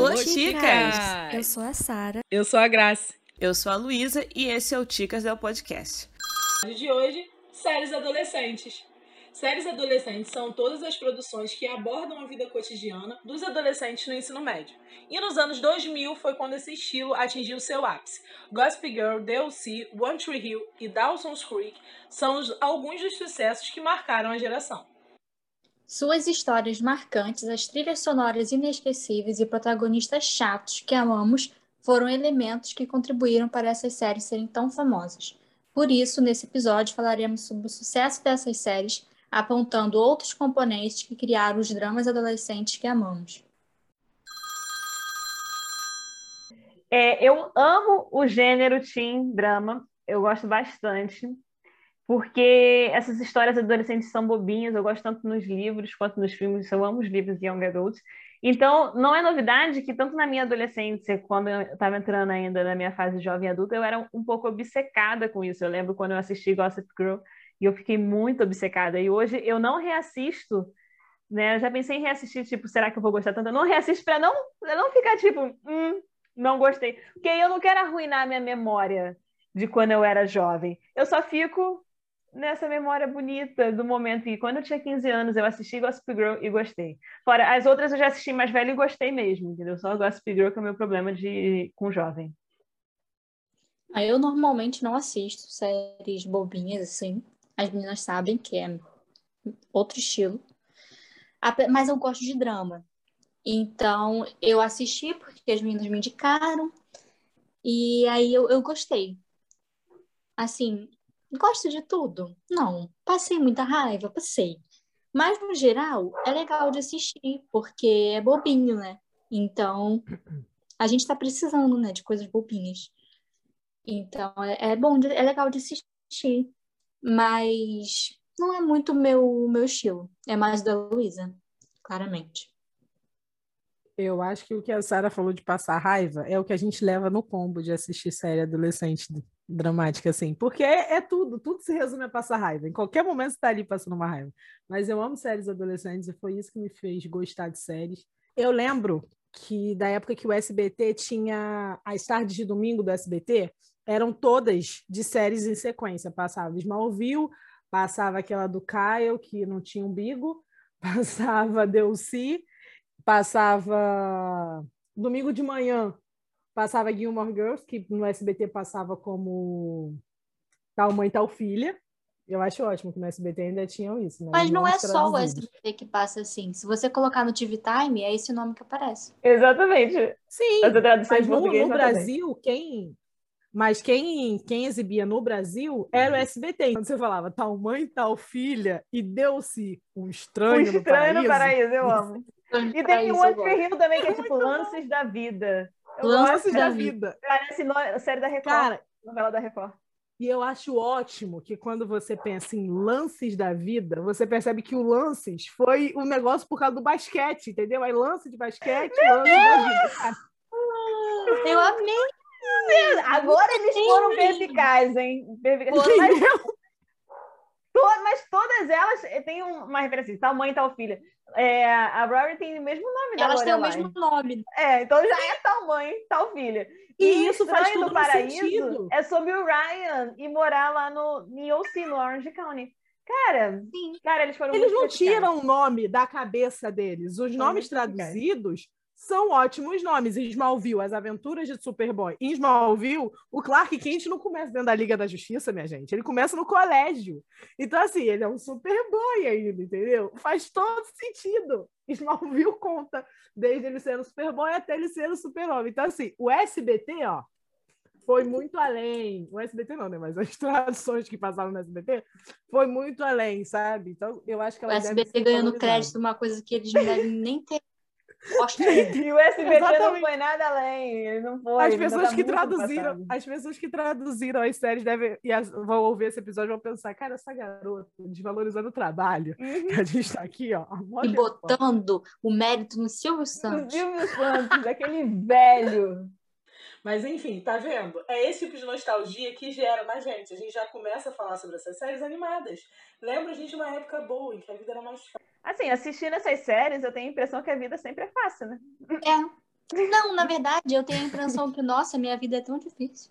Alô, Ticas! Eu sou a Sara. Eu sou a Grace. Eu sou a Luísa e esse é o Ticas Del Podcast. De hoje, séries adolescentes. Séries adolescentes são todas as produções que abordam a vida cotidiana dos adolescentes no ensino médio. E nos anos 2000 foi quando esse estilo atingiu seu ápice. Gossip Girl, DLC, One Tree Hill e Dawson's Creek são alguns dos sucessos que marcaram a geração. Suas histórias marcantes, as trilhas sonoras inesquecíveis e protagonistas chatos que amamos foram elementos que contribuíram para essas séries serem tão famosas. Por isso, nesse episódio, falaremos sobre o sucesso dessas séries, apontando outros componentes que criaram os dramas adolescentes que amamos. Eu amo o gênero teen drama, eu gosto bastante, porque essas histórias adolescentes são bobinhas, eu gosto tanto nos livros quanto nos filmes, eu amo os livros de Young Adults. Então, não é novidade que tanto na minha adolescência, quando eu estava entrando ainda na minha fase jovem adulta, eu era um pouco obcecada com isso. Eu lembro quando eu assisti Gossip Girl e eu fiquei muito obcecada. E hoje eu não reassisto, né? Eu já pensei em reassistir, tipo, será que eu vou gostar tanto? Eu não reassisto para não ficar tipo, não gostei. Porque eu não quero arruinar a minha memória de quando eu era jovem. Eu só fico nessa memória bonita do momento. E quando eu tinha 15 anos, eu assisti Gossip Girl e gostei. Fora, as outras eu já assisti mais velho e gostei mesmo, entendeu? Só Gossip Girl que é o meu problema com jovem. Eu normalmente não assisto séries bobinhas, assim. As meninas sabem que é outro estilo. Mas eu gosto de drama. Então, eu assisti porque as meninas me indicaram. E aí eu gostei. Assim, gosto de tudo? Não. Passei muita raiva? Passei. Mas, no geral, é legal de assistir, porque é bobinho, né? Então, a gente tá precisando, né, de coisas bobinhas. Então, é bom, é legal de assistir. Mas não é muito meu estilo. É mais da Luísa, claramente. Eu acho que o que a Sara falou de passar raiva é o que a gente leva no combo de assistir série adolescente dramática, assim. Porque é tudo se resume a passar raiva. Em qualquer momento você tá ali passando uma raiva. Mas eu amo séries adolescentes e foi isso que me fez gostar de séries. Eu lembro que da época que o SBT tinha as tardes de domingo do SBT, eram todas de séries em sequência. Passava Smallville, passava aquela do Kyle, que não tinha umbigo, passava DLC, passava domingo de manhã, passava Gilmore Girls, que no SBT passava como Tal Mãe, Tal Filha. Eu acho ótimo que no SBT ainda tinham isso, né? Mas não é Nomes só o traduzidos. SBT que passa assim. Se você colocar no TV Time, é esse nome que aparece. Exatamente. Sim, Essa tradução mas em português no não tá bem. Brasil, quem exibia no Brasil era o SBT. Quando você falava Tal Mãe, Tal Filha e deu-se um estranho, No Paraíso, eu amo. E tem um outro Rio também, que é tipo Lances da Vida. Lances da Vida. Parece série da Record. Cara, novela da Record. E eu acho ótimo que quando você pensa em lances da vida, você percebe que o lances foi um negócio por causa do basquete, entendeu? Aí lance de basquete, lance da vida. Cara. Eu amei! Agora eles foram perspicazes, hein? Mas todas elas têm uma referência, tal mãe, tal filha. A Rory tem o mesmo nome da Elas têm o Lorelai. mesmo nome. Então já é tal mãe, tal filha. E isso faz Estranho todo do Paraíso sentido. é sobre o Ryan e morar lá em OC, no Orange County. Cara, eles foram Eles muito não tiram o nome da cabeça deles. Os nomes traduzidos são ótimos nomes. Em Smallville, As Aventuras de Superboy. Em Smallville, o Clark Kent não começa dentro da Liga da Justiça, minha gente. Ele começa no colégio. Então, assim, ele é um Superboy ainda, entendeu? Faz todo sentido. Smallville conta desde ele sendo Superboy até ele ser o Super-Homem. Então, assim, o SBT, ó, foi muito além. O SBT não, né? Mas as traduções que passaram no SBT foi muito além, sabe? Então, eu acho que ela o SBT ganhando crédito, uma coisa que eles não devem nem ter. E o SBT não foi nada além. Ele não foi. As pessoas que traduziram as séries vão ouvir esse episódio e vão pensar, cara, essa garota desvalorizando o trabalho. Que a gente tá aqui, ó. E botando o mérito no Silvio Santos. Aquele velho. Mas enfim, tá vendo? É esse tipo de nostalgia que gera na gente. A gente já começa a falar sobre essas séries animadas. Lembra a gente de uma época boa, em que a vida era mais fácil. Assim, assistindo essas séries, eu tenho a impressão que a vida sempre é fácil, né? Não, na verdade, eu tenho a impressão que, nossa, minha vida é tão difícil.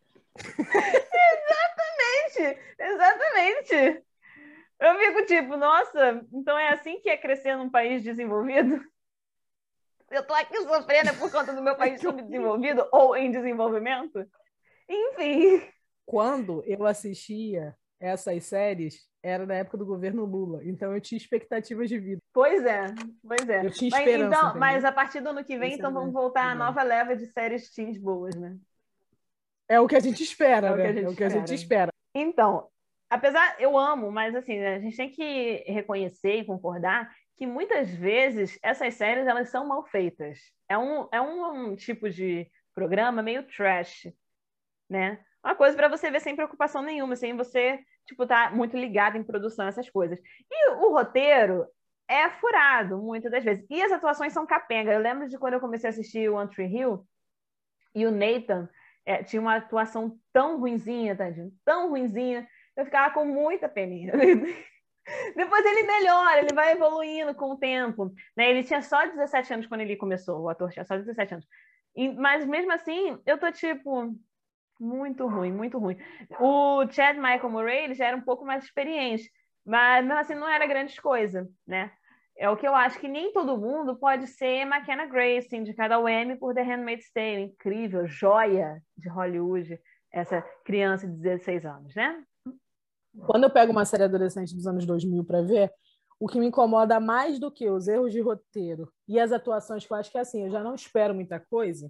Exatamente. Eu fico tipo, nossa, então é assim que é crescer num país desenvolvido? Eu tô aqui sofrendo por conta do meu país subdesenvolvido ou em desenvolvimento? Enfim. Quando eu assistia essas séries, era na época do governo Lula. Então eu tinha expectativas de vida. Pois é. Eu tinha esperança. Mas a partir do ano que vem, então vamos voltar à Entendeu? nova leva de séries teens boas, né? É o que a gente espera, É o que né? a gente É o que a gente espera. Então, apesar, eu amo, mas assim, a gente tem que reconhecer e concordar que muitas vezes essas séries elas são mal feitas. É um tipo de programa meio trash, né? Uma coisa para você ver sem preocupação nenhuma, sem você, tipo, tá muito ligado em produção, essas coisas. E o roteiro é furado, muitas das vezes. E as atuações são capenga. Eu lembro de quando eu comecei a assistir One Tree Hill e o Nathan tinha uma atuação tão ruinzinha, tadinho, tão ruinzinha. Eu ficava com muita peninha. Depois ele melhora, ele vai evoluindo com o tempo. Né? Ele tinha só 17 anos quando ele começou, o ator tinha só 17 anos. Mas mesmo assim, eu tô tipo... Muito ruim, muito ruim. O Chad Michael Murray, ele já era um pouco mais experiente, mas mesmo assim não era grande coisa, né? É o que eu acho que nem todo mundo pode ser McKenna Grace, indicada ao Emmy por The Handmaid's Tale. Incrível, joia de Hollywood, essa criança de 16 anos, né? Quando eu pego uma série adolescente dos anos 2000 para ver, o que me incomoda mais do que os erros de roteiro e as atuações, que eu acho que é assim, eu já não espero muita coisa,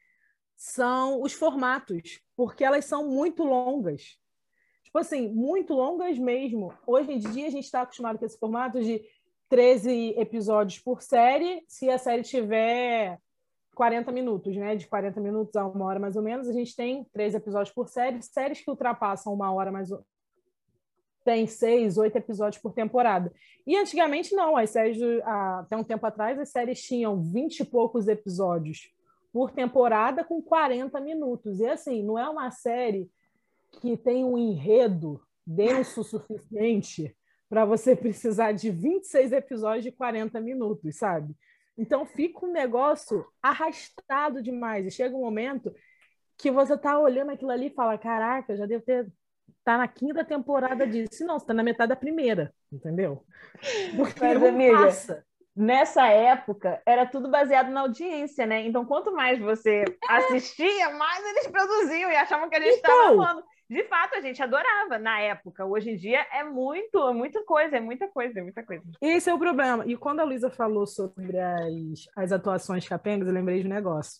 são os formatos, porque elas são muito longas. Tipo assim, muito longas mesmo. Hoje em dia, a gente está acostumado com esse formato de 13 episódios por série, se a série tiver 40 minutos, né? De 40 minutos a 1 hora, mais ou menos. A gente tem 13 episódios por série. Séries que ultrapassam 1 hora, mais tem 6, 8 episódios por temporada. E antigamente, não. As séries, até um tempo atrás, as séries tinham 20 e poucos episódios por temporada com 40 minutos. E assim, não é uma série que tem um enredo denso o suficiente para você precisar de 26 episódios de 40 minutos, sabe? Então fica um negócio arrastado demais. E chega um momento que você tá olhando aquilo ali e fala, caraca, já devo ter... Tá na 5ª temporada disso. Não, você tá na metade da primeira, entendeu? Porque mas, não amiga, passa. Nessa época, era tudo baseado na audiência, né? Então, quanto mais você assistia, mais eles produziam e achavam que a gente estava amando. De fato, a gente adorava na época. Hoje em dia é muita coisa. Esse é o problema. E quando a Luísa falou sobre as atuações capengas, eu lembrei de um negócio.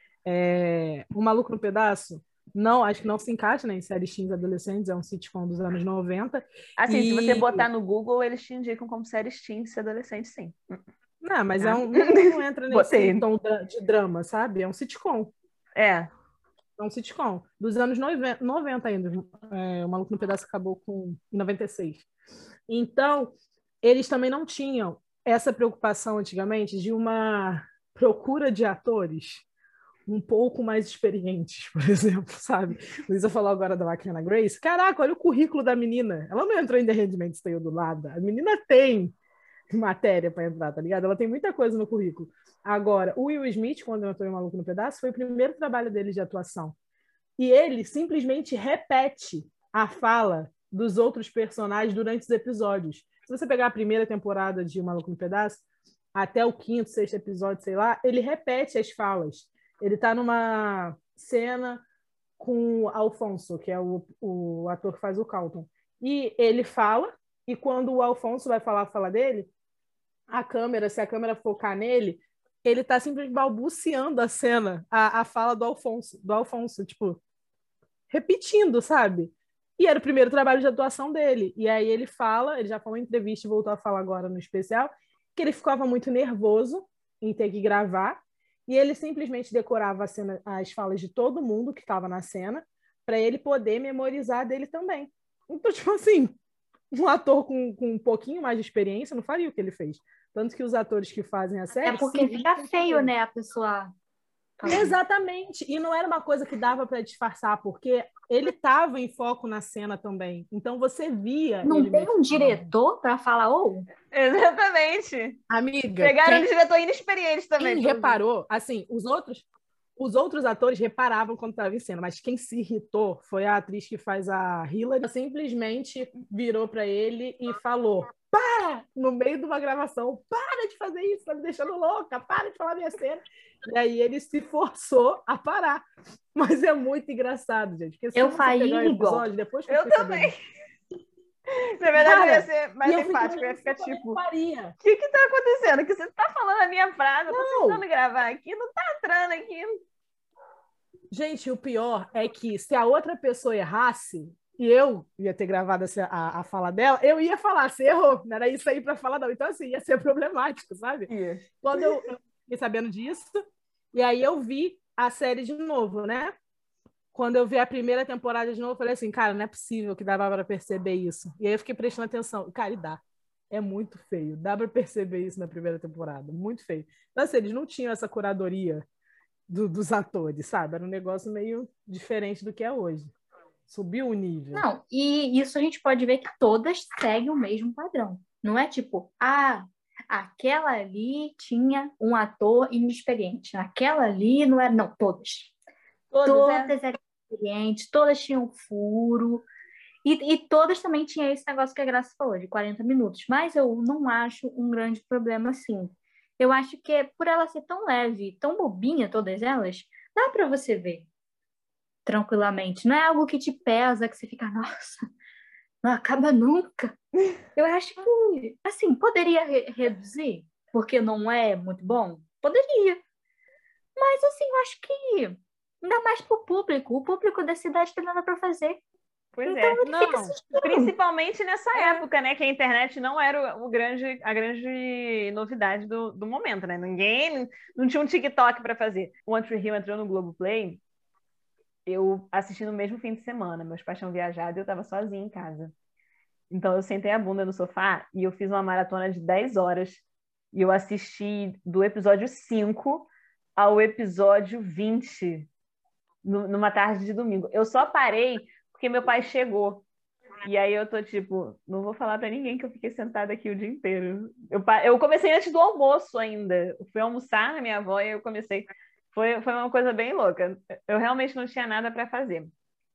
O Maluco no Pedaço, não, acho que não se encaixa, né, em séries teens adolescentes, é um sitcom dos anos 90. Assim, se você botar no Google, eles te indicam como séries teens adolescentes, sim. Não, mas não entra nesse tom de drama, sabe? É um sitcom. É um sitcom dos anos 90 ainda. O Maluco no Pedaço acabou em 96. Então, eles também não tinham essa preocupação antigamente de uma procura de atores um pouco mais experientes, por exemplo, sabe? Luísa falou agora da McKenna Grace. Caraca, olha o currículo da menina. Ela não entrou em The Handmaid's Tale do lado. A menina tem matéria para entrar, tá ligado? Ela tem muita coisa no currículo. Agora, o Will Smith, quando entrou em Maluco no Pedaço, foi o primeiro trabalho dele de atuação. E ele simplesmente repete a fala dos outros personagens durante os episódios. Se você pegar a primeira temporada de Maluco no Pedaço, até o 5º, 6º episódio, sei lá, ele repete as falas. Ele está numa cena com o Alfonso, que é o ator que faz o Carlton. E ele fala, e quando o Alfonso vai falar a fala dele, se a câmera focar nele, ele está simplesmente balbuciando a cena, a fala do Alfonso, tipo, repetindo, sabe? E era o primeiro trabalho de atuação dele. E aí ele já falou em entrevista e voltou a falar agora no especial, que ele ficava muito nervoso em ter que gravar, e ele simplesmente decorava as falas de todo mundo que estava na cena, para ele poder memorizar dele também. Então, tipo assim, um ator com um pouquinho mais de experiência não faria o que ele fez. Tanto que os atores que fazem a série... É porque fica feio, né, a pessoa Exatamente. E não era uma coisa que dava para disfarçar, porque ele estava em foco na cena também. Então você via. Não ele tem um mexendo. diretor para falar, Exatamente. Amiga, Pegaram um diretor inexperiente também. quem reparou, assim, os outros atores reparavam quando estava em cena, mas quem se irritou foi a atriz que faz a Hillary. Ela simplesmente virou para ele e falou: para! No meio de uma gravação, para de fazer isso, tá me deixando louca, para de falar minha cena. E aí ele se forçou a parar. Mas é muito engraçado, gente. Porque se Eu você faria pegar o igual. episódio, depois que Eu fiquei também. sabendo- Na verdade, Cara, eu ia ser mais e eu fico empática. Eu ia olhando ficar isso, eu também tipo, o faria. que tá acontecendo? Que você tá falando a minha frase, eu tô Não. tentando gravar aqui, não tá entrando aqui. Gente, o pior é que se a outra pessoa errasse, e eu ia ter gravado a fala dela, eu ia falar, você errou, não era isso aí para falar, não. Então, assim, ia ser problemático, sabe? Quando eu fiquei sabendo disso, e aí eu vi a série de novo, né? Quando eu vi a primeira temporada de novo, eu falei assim, cara, não é possível que dava para perceber isso. E aí eu fiquei prestando atenção. Cara, e dá. É muito feio. Dá para perceber isso na primeira temporada. Muito feio. Então, assim, eles não tinham essa curadoria dos atores, sabe? Era um negócio meio diferente do que é hoje. Subiu o nível. Não, e isso a gente pode ver que todas seguem o mesmo padrão. Não é tipo, aquela ali tinha um ator inexperiente, aquela ali não era. Não, todas. Todas eram experientes, todas tinham furo. E todas também tinham esse negócio que a Graça falou, de 40 minutos. Mas eu não acho um grande problema assim. Eu acho que por ela ser tão leve, tão bobinha, todas elas, dá para você ver tranquilamente. Não é algo que te pesa, que você fica, nossa, não acaba nunca. Eu acho que, assim, poderia reduzir, porque não é muito bom? Poderia. Mas, assim, eu acho que ainda mais pro público. O público da cidade tem nada para fazer. Pois Então, ele Não. fica assistindo. Principalmente nessa época, né? Que a internet não era a grande novidade do momento, né? Ninguém não tinha um TikTok para fazer. O One Tree Hill entrou no Globoplay, eu assisti no mesmo fim de semana. Meus pais tinham viajado e eu estava sozinha em casa. Então eu sentei a bunda no sofá e eu fiz uma maratona de 10 horas. E eu assisti do episódio 5 ao episódio 20 numa tarde de domingo. Eu só parei porque meu pai chegou. E aí eu tô tipo, não vou falar pra ninguém que eu fiquei sentada aqui o dia inteiro. Eu comecei antes do almoço ainda. Eu fui almoçar na minha avó e eu comecei. Foi uma coisa bem louca. Eu realmente não tinha nada para fazer.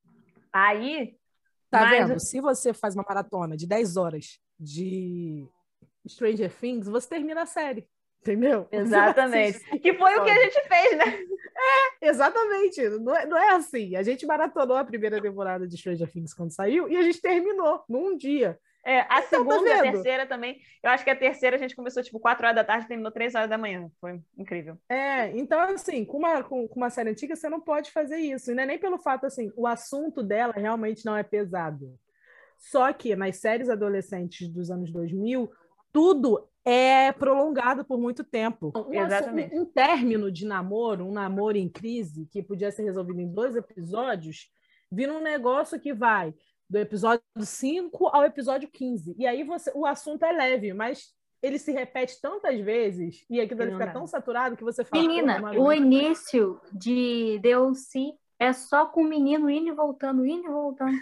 Aí. Tá vendo? Se você faz uma maratona de 10 horas de Stranger Things, você termina a série. Entendeu? Exatamente. Que foi o que a gente fez, né? Exatamente. Não é assim. A gente maratonou a primeira temporada de Stranger Things quando saiu e a gente terminou num dia. A então, segunda, tá a terceira também. Eu acho que a terceira a gente começou tipo 4 horas da tarde e terminou 3 horas da manhã. Foi incrível. Então, assim, com uma série antiga, você não pode fazer isso. E não é nem pelo fato, assim, o assunto dela realmente não é pesado. Só que nas séries adolescentes dos anos 2000, tudo é prolongado por muito tempo. Exatamente. Um término de namoro, um namoro em crise, que podia ser resolvido em 2 episódios, vira um negócio que vai do episódio 5 ao episódio 15. E aí o assunto é leve, mas ele se repete tantas vezes e aquilo ali fica tão saturado que você fala... Menina, o início de DLC é só com o menino indo e voltando, indo e voltando.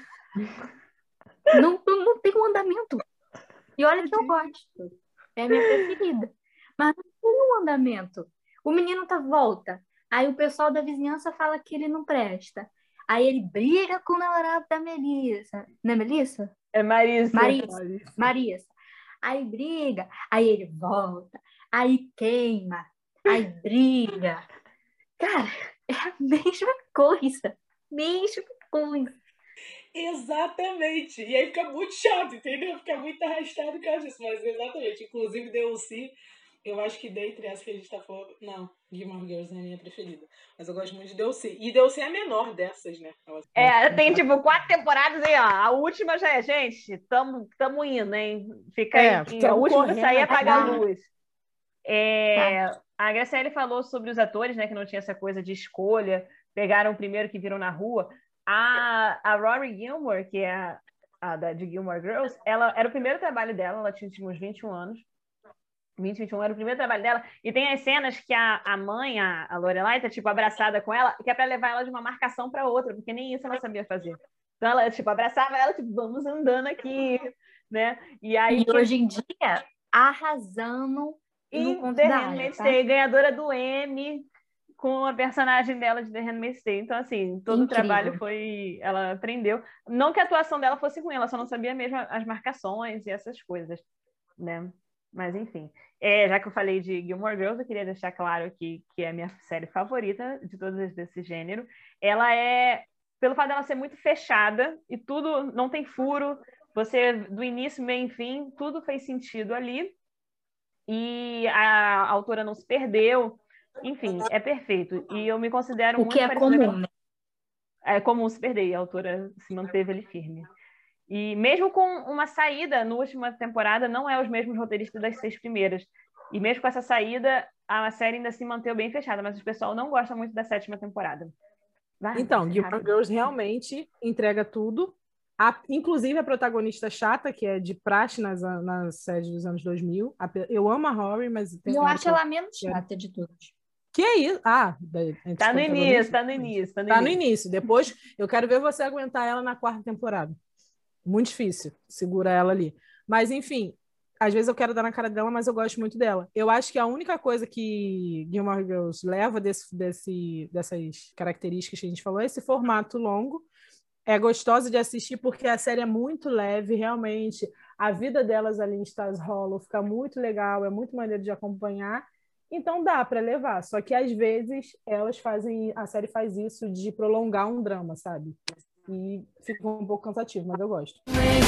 Não tem um andamento. E olha que eu gosto. É a minha preferida. Mas não tem um andamento. O menino volta. Aí o pessoal da vizinhança fala que ele não presta. Aí ele briga com o namorado da Melissa. Não é Melissa? É Marisa. Marisa. Aí briga. Aí ele volta. Aí queima. Aí briga. Cara, é a mesma coisa. Mesma coisa. Exatamente. E aí fica muito chato, entendeu? Fica muito arrastado por causa disso. Mas exatamente. Inclusive, DLC, eu acho que dentre as que a gente tá falando... Não, Gilmore Girls é a minha preferida. Mas eu gosto muito de DLC. E DLC é a menor dessas, né? Tem tipo 4 temporadas aí, ó. A última já é, gente, tamo indo, hein? Fica aí. A última vai sair apagar a luz. A Graciele falou sobre os atores, né? Que não tinha essa coisa de escolha. Pegaram o primeiro que viram na rua. A Rory Gilmore, que é de Gilmore Girls, ela era o primeiro trabalho dela, ela tinha uns 21 anos. 2021 era o primeiro trabalho dela, e tem as cenas que a mãe, a Lorelai, tá, tipo, abraçada com ela, que é pra levar ela de uma marcação pra outra, porque nem isso ela sabia fazer. Então ela, tipo, abraçava ela, tipo, vamos andando aqui, né? E aí... E hoje em dia, arrasando no conto The da Handmaid's Aya, tá? Tale, ganhadora do Emmy, com a personagem dela de The Handmaid's Tale. Então, assim, todo o trabalho foi... Ela aprendeu. Não que a atuação dela fosse ruim, ela só não sabia mesmo as marcações e essas coisas, né? Mas, enfim. Já que eu falei de Gilmore Girls, eu queria deixar claro aqui que é a minha série favorita de todas desse gênero. Ela é... Pelo fato dela ser muito fechada e tudo não tem furo, você, do início, meio e fim, tudo fez sentido ali. E a autora não se perdeu. Enfim, é perfeito. E eu me considero O muito que é parecida comum, com... né? É comum se perder, e a autora se manteve ali firme. E mesmo com uma saída na última temporada, não é os mesmos roteiristas das 6 primeiras. E mesmo com essa saída, a série ainda se manteve bem fechada, mas o pessoal não gosta muito da 7ª temporada. Então, Gilmore Girls realmente entrega tudo. Inclusive a protagonista chata, que é de praxe nas séries dos anos 2000. Eu amo a Rory, mas... Eu acho ela a menos chata de todos. Que é isso? Tá no início, tá no início. Tá no início. Depois, eu quero ver você aguentar ela na 4ª temporada. Muito difícil. Segura ela ali. Mas, enfim, às vezes eu quero dar na cara dela, mas eu gosto muito dela. Eu acho que a única coisa que Gilmore Girls leva dessas características que a gente falou é esse formato longo. É gostosa de assistir porque a série é muito leve, realmente. A vida delas ali em Stars Hollow fica muito legal, é muito maneiro de acompanhar. Então dá para levar. Só que às vezes a série faz isso de prolongar um drama, sabe? E fica um pouco cansativo, mas eu gosto.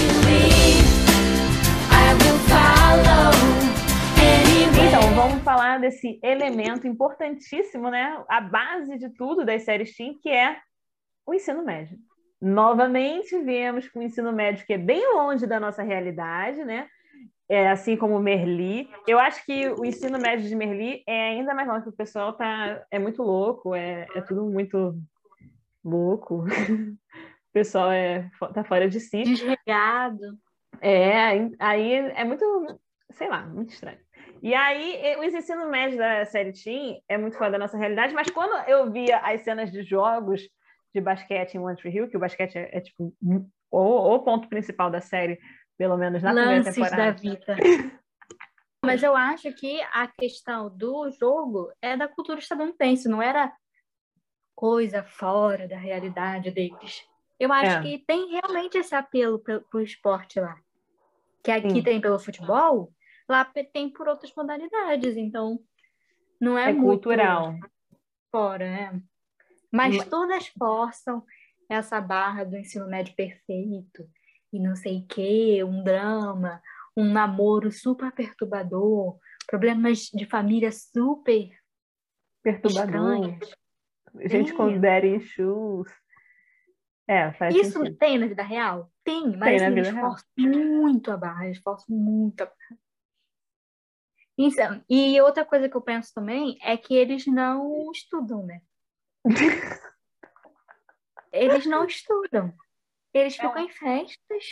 Então, vamos falar desse elemento importantíssimo, né? A base de tudo das séries teen, que é o ensino médio. Novamente, viemos com o ensino médio que é bem longe da nossa realidade, né? Assim como Merli. Eu acho que o ensino médio de Merli é ainda mais longe, porque o pessoal é muito louco, é tudo muito louco. O pessoal tá fora de si. Desregado. Aí é muito, sei lá, muito estranho. E aí, o ensino médio da série teen é muito fora da nossa realidade, mas quando eu via as cenas de jogos de basquete em One Tree Hill, que o basquete é tipo o ponto principal da série, pelo menos na primeira temporada. Da vida. Mas eu acho que a questão do jogo é da cultura estadunidense, não era coisa fora da realidade deles. Eu acho que tem realmente esse apelo pro esporte lá. Que aqui tem pelo futebol, lá tem por outras modalidades. Então, não é muito cultural. Fora, né? Mas todas forçam essa barra do ensino médio perfeito e não sei o quê, um drama, um namoro super perturbador, problemas de família super perturbador. Gente com daddy issues. Faz isso sentido. Tem na vida real? Tem, mas assim, eles forçam muito a barra, eles forçam muito a barra. Então, e outra coisa que eu penso também é que eles não estudam, né? Eles não estudam. Eles ficam em festas,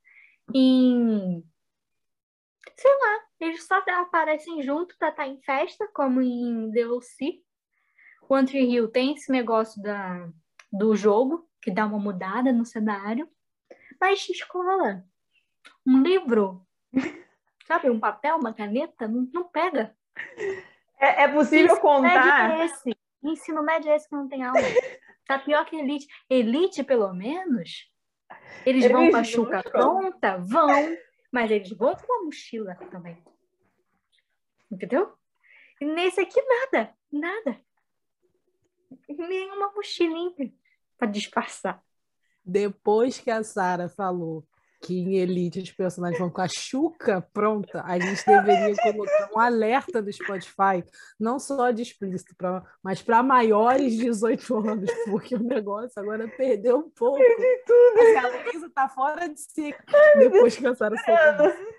sei lá, eles só aparecem junto pra estar em festa, como em The O.C. One Tree Hill tem esse negócio do jogo, que dá uma mudada no cenário. Mas escola, um livro, sabe, um papel, uma caneta, não pega. É possível contar... Ensino médio é esse que não tem aula. Tá pior que Elite. Elite, pelo menos, eles vão com a chuca pronta? Vão. Mas eles vão com a mochila também. Entendeu? E nesse aqui, nada. Nenhuma mochilinha pra disfarçar. Depois que a Sarah falou que em Elite os personagens vão com a chuca pronta, a gente deveria colocar um alerta do Spotify, não só de explícito, mas para maiores de 18 anos, porque o negócio agora perdeu um pouco. Perdi tudo. Assim, a Luísa tá fora de si depois que a Sarah soltou isso.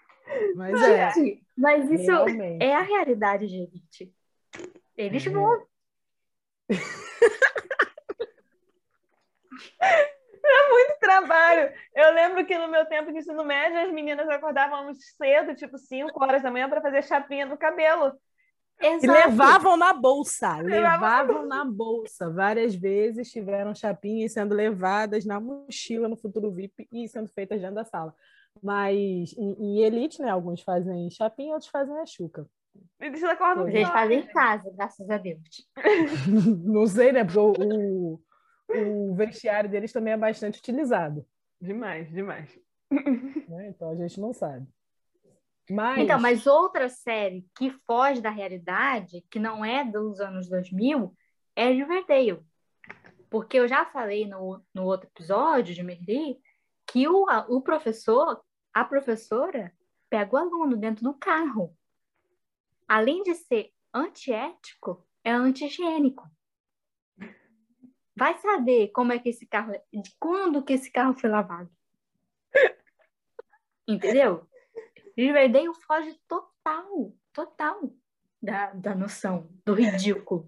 Mas isso realmente é a realidade de Elite. Eles vão. Muito trabalho. Eu lembro que no meu tempo de ensino médio, as meninas acordavam cedo, tipo 5 horas da manhã, para fazer chapinha do cabelo. E Exato. levavam na bolsa, levavam na bolsa. Várias vezes tiveram chapinhas sendo levadas na mochila no Futuro VIP e sendo feitas dentro da sala. Mas em Elite, né? Alguns fazem chapinha, outros fazem a chuca. Eles acordam A gente tarde. faz em casa, graças a Deus. Não sei, né? Porque o vestiário deles também é bastante utilizado. Demais. Né? Então a gente não sabe. Então, mas outra série que foge da realidade, que não é dos anos 2000, é Riverdale. Porque eu já falei no outro episódio de Merli que o professor, a professora, pega o aluno dentro do carro. Além de ser antiético, é anti-higiênico. Vai saber como é que esse carro, de quando que esse carro foi lavado. Entendeu? Riverdale foge total da noção, do ridículo.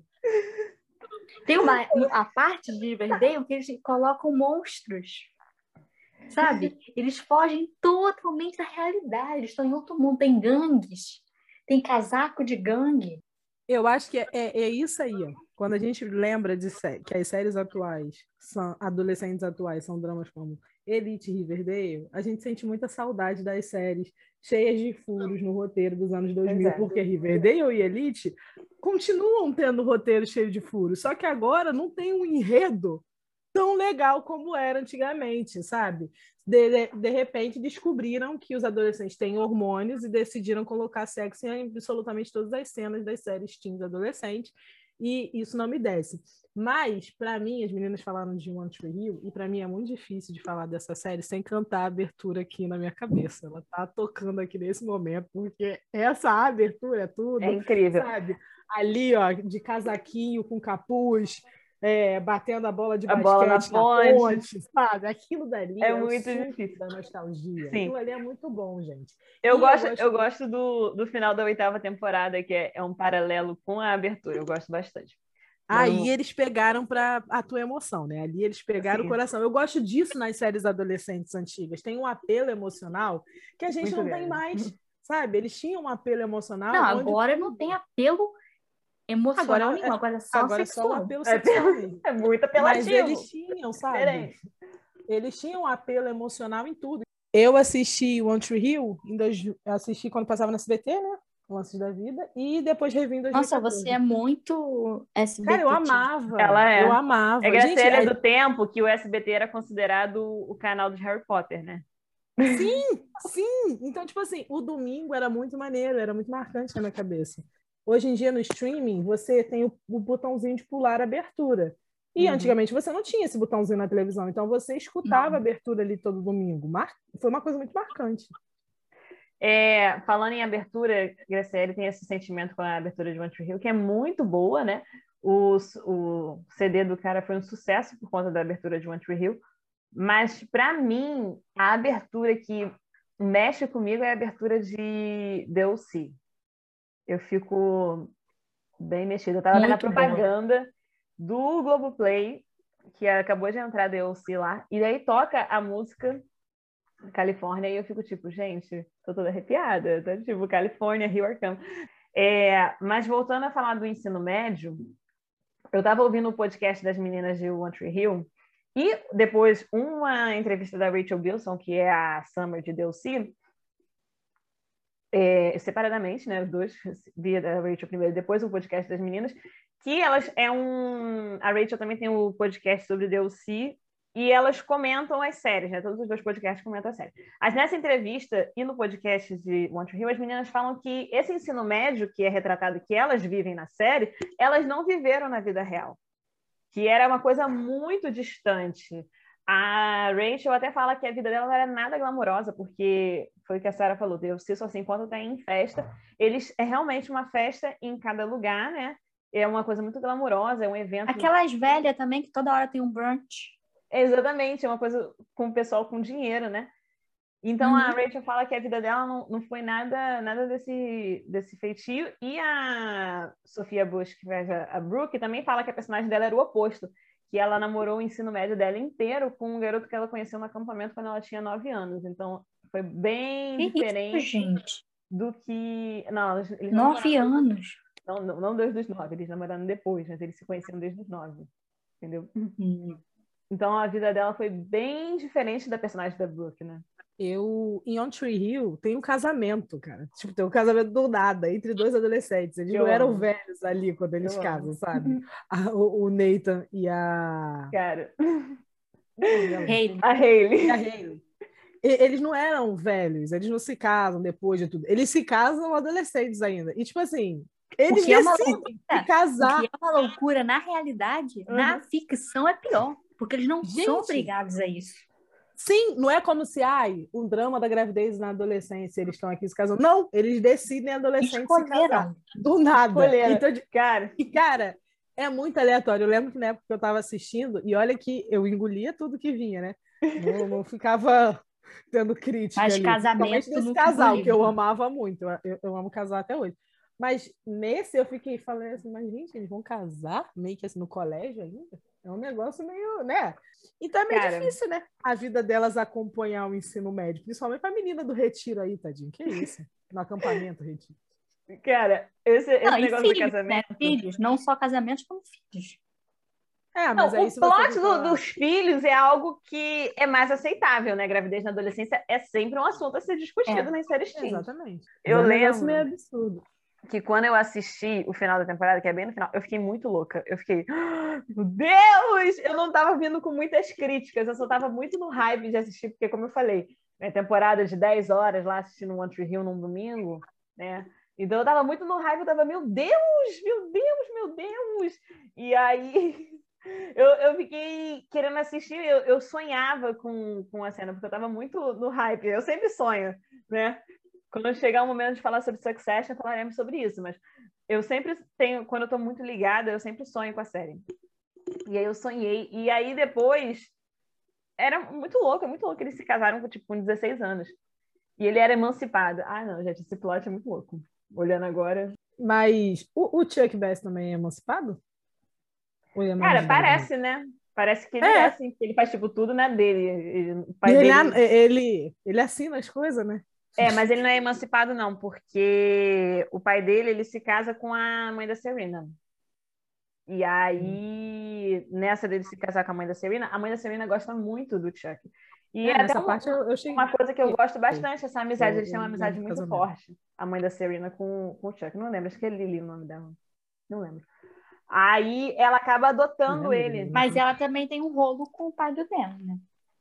Tem a parte de Riverdale que eles colocam monstros, sabe? Eles fogem totalmente da realidade. Eles estão em outro mundo. Tem gangues, tem casaco de gangue. Eu acho que é isso aí, ó. Quando a gente lembra que as séries atuais, adolescentes atuais, são dramas como Elite e Riverdale, a gente sente muita saudade das séries cheias de furos no roteiro dos anos 2000, porque Riverdale e Elite continuam tendo roteiro cheio de furos, só que agora não tem um enredo tão legal como era antigamente, sabe? De repente descobriram que os adolescentes têm hormônios e decidiram colocar sexo em absolutamente todas as cenas das séries teens adolescentes, e isso não me desce. Mas, para mim, as meninas falaram de One Tree Hill, e para mim é muito difícil de falar dessa série sem cantar a abertura aqui na minha cabeça. Ela tá tocando aqui nesse momento, porque essa abertura é tudo. É incrível. Sabe? Ali, ó, de casaquinho com capuz, batendo a bola de basquete bola na ponte, sabe? Aquilo dali é o muito suco difícil da nostalgia. Sim. Aquilo ali é muito bom, gente. Eu gosto do final da 8ª temporada, que é um paralelo com a abertura. Eu gosto bastante. Aí eles pegaram para a tua emoção, né? Ali eles pegaram o coração. Eu gosto disso nas séries adolescentes antigas. Tem um apelo emocional que a gente Muito não grande. tem mais, sabe? Eles tinham um apelo emocional. Não, agora não tem apelo emocional nenhum, agora é só agora sexual. só o apelo sexual mesmo. É muito apelativo. Mas eles tinham, sabe? Eles tinham apelo emocional em tudo. Eu assisti One Tree Hill, assisti quando passava no SBT, né? Lances da Vida, e depois revi em 2014. Nossa, você é muito SBT. Cara, eu amava. Ela é. Eu amava. É Graciela do tempo que o SBT era considerado o canal de Harry Potter, né? Sim. Então, tipo assim, o domingo era muito maneiro, era muito marcante na minha cabeça. Hoje em dia, no streaming, você tem o botãozinho de pular a abertura. E antigamente você não tinha esse botãozinho na televisão, então você escutava a abertura ali todo domingo. Foi uma coisa muito marcante. Falando em abertura, Graciele tem esse sentimento com a abertura de One Tree Hill, que é muito boa, né? O CD do cara foi um sucesso por conta da abertura de One Tree Hill, mas para mim a abertura que mexe comigo é a abertura de The O.C. Eu fico bem mexida. Eu estava vendo a propaganda do Globoplay, que acabou de entrar The O.C. lá, e daí toca a música Califórnia, e eu fico tipo, gente, tô toda arrepiada, tá? Tipo, Califórnia, Here I Come. Mas voltando a falar do ensino médio, eu estava ouvindo o podcast das meninas de One Tree Hill, e depois uma entrevista da Rachel Bilson, que é a Summer de The O.C., separadamente, né, os dois, via da Rachel primeiro, depois o podcast das meninas, que elas a Rachel também tem o podcast sobre The O.C., e elas comentam as séries, né? Todos os dois podcasts comentam as séries. Mas nessa entrevista e no podcast de One Tree Hill, as meninas falam que esse ensino médio, que é retratado, que elas vivem na série, elas não viveram na vida real. Que era uma coisa muito distante. A Rachel até fala que a vida dela não era nada glamurosa, porque foi o que a Sarah falou, você só se encontra até em festa. É realmente uma festa em cada lugar, né? É uma coisa muito glamurosa, é um evento... Aquelas velhas também, que toda hora tem um brunch. Exatamente, é uma coisa com o pessoal com dinheiro, né? Então a Rachel fala que a vida dela não foi nada desse feitio, e a Sophia Bush, que faz a Brooke, também fala que a personagem dela era o oposto, que ela namorou o ensino médio dela inteiro com um garoto que ela conheceu no acampamento quando ela tinha 9 anos. Então, foi bem Que diferente isso, gente? do que... Não, eles 9 anos. não desde os 9, eles namoraram depois, mas eles se conheceram desde os 9, entendeu? Então, a vida dela foi bem diferente da personagem da Brooke, né? Em On Tree Hill, tem um casamento, cara. Tipo, tem um casamento do nada, entre dois adolescentes. Eles não eram velhos ali quando eles casam, sabe? O Nathan e a... Cara... Hayley. A Hayley. E a Hayley. Eles não eram velhos, eles não se casam depois de tudo. Eles se casam adolescentes ainda. E, tipo assim, eles decidem se casar. O que é uma loucura, na realidade, na ficção é pior. Porque eles não são obrigados a isso. Sim, não é como se, um drama da gravidez na adolescência, eles estão aqui se casando. Não, eles decidem adolescentes se casar. Do nada. Então, cara, é muito aleatório. Eu lembro que na época que eu estava assistindo, e olha que eu engolia tudo que vinha, né? Não ficava tendo crítica. Mas ali. casamento Desse casal, que eu amava muito. Eu amo casal até hoje. Mas nesse eu fiquei falando assim, mas gente, eles vão casar meio que assim no colégio ainda? É um negócio meio, né? Então é meio difícil, né? A vida delas acompanhar o ensino médio, principalmente pra menina do retiro aí, tadinho. Que isso? No acampamento, retiro. Cara, esse negócio filhos, do casamento... Né? Filhos, não só casamentos, como filhos. Mas aí, o plot dos filhos é algo que é mais aceitável, né? Gravidez na adolescência é sempre um assunto a ser discutido nas séries teen. Exatamente. Eu lembro meio absurdo. Que quando eu assisti o final da temporada, que é bem no final, eu fiquei muito louca. Eu fiquei, meu Deus! Eu não tava vindo com muitas críticas, eu só tava muito no hype de assistir, porque, como eu falei, temporada de 10 horas lá assistindo One Tree Hill num domingo, né? Então eu tava muito no hype, eu tava, meu Deus! E aí eu fiquei querendo assistir, eu sonhava com a cena, porque eu tava muito no hype. Eu sempre sonho, né? Quando chegar o momento de falar sobre Succession, falaremos sobre isso, mas eu sempre tenho, quando eu tô muito ligada, eu sempre sonho com a série. E aí eu sonhei, e aí depois era muito louco, eles se casaram com 16 anos. E ele era emancipado. Não, gente, esse plot é muito louco. Olhando agora. Mas o Chuck Bass também é emancipado? Cara, parece, né? Parece que ele é assim, que ele faz tudo, né, dele. O pai ele assina as coisas, né? Mas ele não é emancipado, não, porque o pai dele, ele se casa com a mãe da Serena. E aí, nessa dele se casar com a mãe da Serena gosta muito do Chuck. E nessa parte eu cheguei... uma coisa que eu gosto bastante, essa amizade, eles têm uma amizade muito forte, a mãe da Serena com o Chuck. Não lembro, acho que é Lily o nome dela. Não lembro. Aí ela acaba adotando ele. Mas ela também tem um rolo com o pai do Ben, né?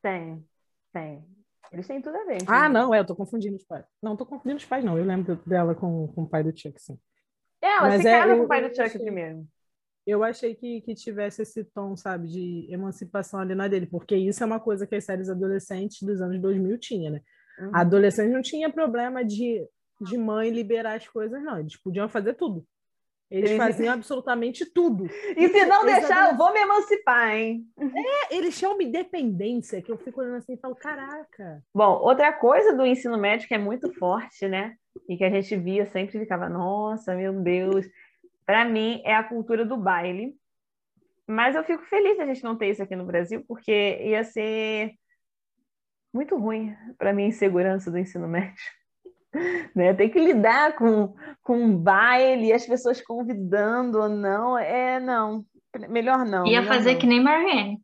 Tem. Eles têm tudo a ver. Não, eu tô confundindo os pais. Não, tô confundindo os pais, não. Eu lembro dela com o pai do Chuck, sim. Ela se casa com o pai do Chuck primeiro. Eu achei que tivesse esse tom, sabe, de emancipação ali na dele, porque isso é uma coisa que as séries adolescentes dos anos 2000 tinha, né? A adolescente não tinha problema de mãe liberar as coisas, não. Eles podiam fazer tudo. Eles faziam absolutamente tudo. E se não deixar, eu vou me emancipar, hein? Eles tinham uma independência que eu fico olhando assim e falo, caraca. Bom, outra coisa do ensino médio que é muito forte, né? E que a gente via sempre ficava, nossa, meu Deus. Para mim, é a cultura do baile. Mas eu fico feliz de a gente não ter isso aqui no Brasil, porque ia ser muito ruim para mim a insegurança do ensino médio. Né? Tem que lidar com um baile, as pessoas convidando ou não. Não. Melhor não. Ia fazer que nem Marianne.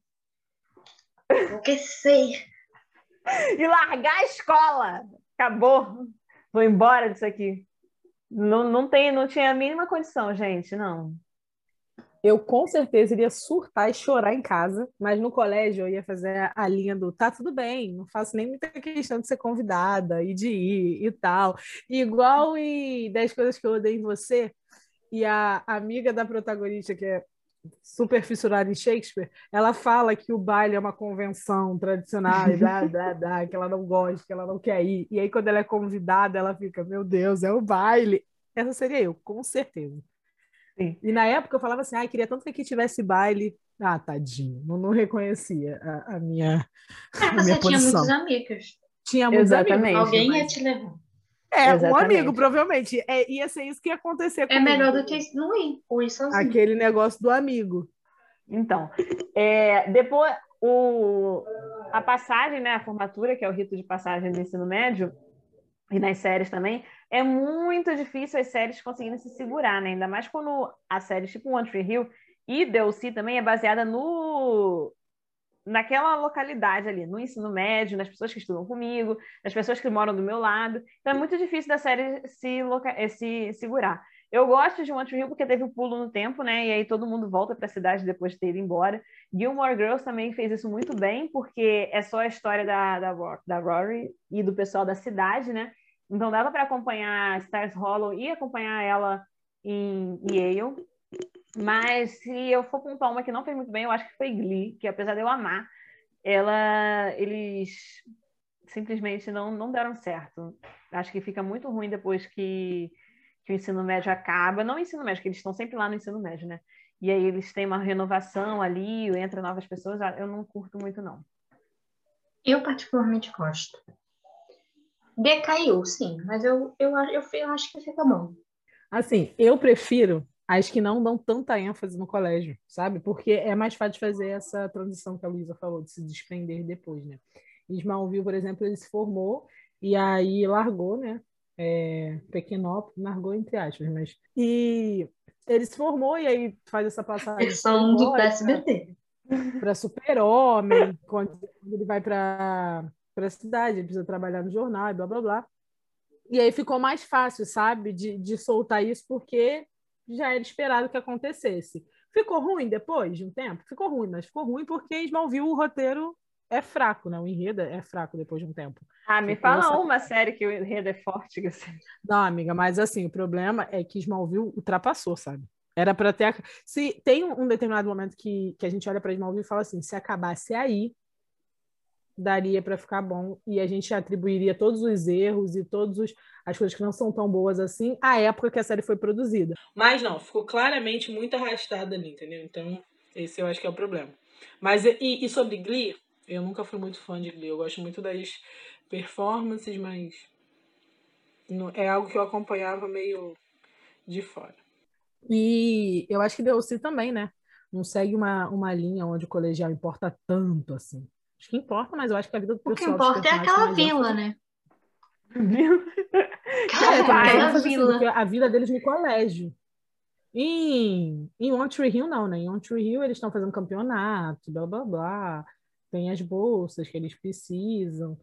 Enlouquecer. E largar a escola. Acabou. Vou embora disso aqui. Não tinha a mínima condição, gente, não. Eu com certeza iria surtar e chorar em casa, mas no colégio eu ia fazer a linha do tá tudo bem, não faço nem muita questão de ser convidada e de ir e tal. Igual em 10 Coisas que Eu Odeio em Você, e a amiga da protagonista, que é super fissurada em Shakespeare, ela fala que o baile é uma convenção tradicional, e que ela não gosta, que ela não quer ir. E aí, quando ela é convidada, ela fica, meu Deus, é o baile. Essa seria eu, com certeza. Sim. E na época eu falava assim, queria tanto que aqui tivesse baile. Tadinho, não reconhecia a minha você tinha muitos amigos. Tinha muitos amigos. Alguém ia te levar. Um amigo, provavelmente. Ia ser isso que ia acontecer comigo. É melhor do que não ir, ou ir sozinho. Aquele negócio do amigo. Então, depois a passagem, né, a formatura, que é o rito de passagem do ensino médio, e nas séries também, é muito difícil as séries conseguirem se segurar, né? Ainda mais quando a série tipo One Tree Hill e DLC também é baseada naquela localidade ali, no ensino médio, nas pessoas que estudam comigo, nas pessoas que moram do meu lado. Então é muito difícil da série se segurar. Eu gosto de One Tree Hill porque teve um pulo no tempo, né? E aí todo mundo volta para a cidade depois de ter ido embora. Gilmore Girls também fez isso muito bem, porque é só a história da Rory e do pessoal da cidade, né? Então dava para acompanhar Stars Hollow e acompanhar ela em Yale. Mas se eu for pontuar uma que não fez muito bem, eu acho que foi Glee, que apesar de eu amar, eles simplesmente não deram certo. Acho que fica muito ruim depois que o ensino médio acaba. Não o ensino médio, que eles estão sempre lá no ensino médio, né? E aí eles têm uma renovação ali, entra novas pessoas. Eu não curto muito, não. Eu particularmente gosto. Decaiu, sim, mas eu acho que fica bom. Assim, eu prefiro as que não dão tanta ênfase no colégio, sabe? Porque é mais fácil fazer essa transição que a Luísa falou, de se desprender depois, né? Smallville, por exemplo, ele se formou e aí largou, né? Pequenópolis, largou entre aspas, mas... E ele se formou e aí faz essa passagem Versão do SBT. para Super-Homem, quando ele vai para a cidade, ele precisa trabalhar no jornal e blá, blá, blá. E aí ficou mais fácil, sabe, de soltar isso, porque já era esperado que acontecesse. Ficou ruim depois de um tempo? Ficou ruim, mas ficou ruim porque Smallville o roteiro é fraco, né? O enredo é fraco depois de um tempo. Me fala uma série que o enredo é forte. Que você... Não, amiga, mas assim, o problema é que Smallville ultrapassou, sabe? Era para ter... Se tem um determinado momento que a gente olha para Smallville e fala assim, se acabasse aí, daria para ficar bom e a gente atribuiria todos os erros e todas as coisas que não são tão boas assim à época que a série foi produzida. Mas não, ficou claramente muito arrastada ali, entendeu? Então, esse eu acho que é o problema. Mas, e sobre Glee, eu nunca fui muito fã de Glee. Eu gosto muito das performances, mas é algo que eu acompanhava meio de fora. E eu acho que DLC também, né? Não segue uma linha onde o colegial importa tanto assim. Acho que importa, mas eu acho que a vida do O que pessoal dos importa é personagens aquela tem mais vila, ênfase. né? Tem mais Aquela ênfase, assim, do que vila. a vida deles no colégio. Em One Tree Hill, não, né? Em One Tree Hill eles estão fazendo campeonato, blá, blá, blá. Tem as bolsas que eles precisam.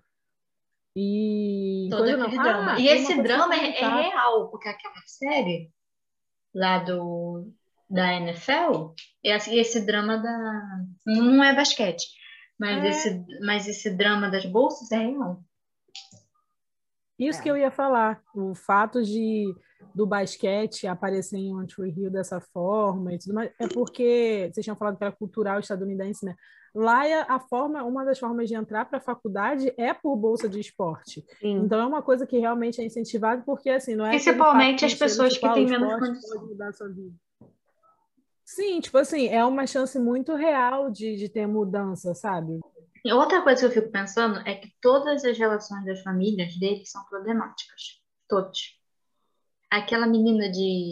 E Todo coisa não. aquele drama. E E uma esse coisa que eu ia drama é comentar. real, porque aquela série lá da NFL, esse drama não é basquete, mas esse drama das bolsas é real. Isso que eu ia falar. O fato do basquete aparecer em One Tree Hill dessa forma e tudo mais, é porque vocês tinham falado que era cultural estadunidense, né? Lá uma das formas de entrar para a faculdade é por bolsa de esporte. Sim. Então é uma coisa que realmente é incentivada, porque assim, não é Principalmente aquele as fato pessoas que têm o menos esporte condição. pode mudar a sua vida. Sim, tipo assim, é uma chance muito real de ter mudança, sabe? E outra coisa que eu fico pensando é que todas as relações das famílias deles são problemáticas. Todas. Aquela menina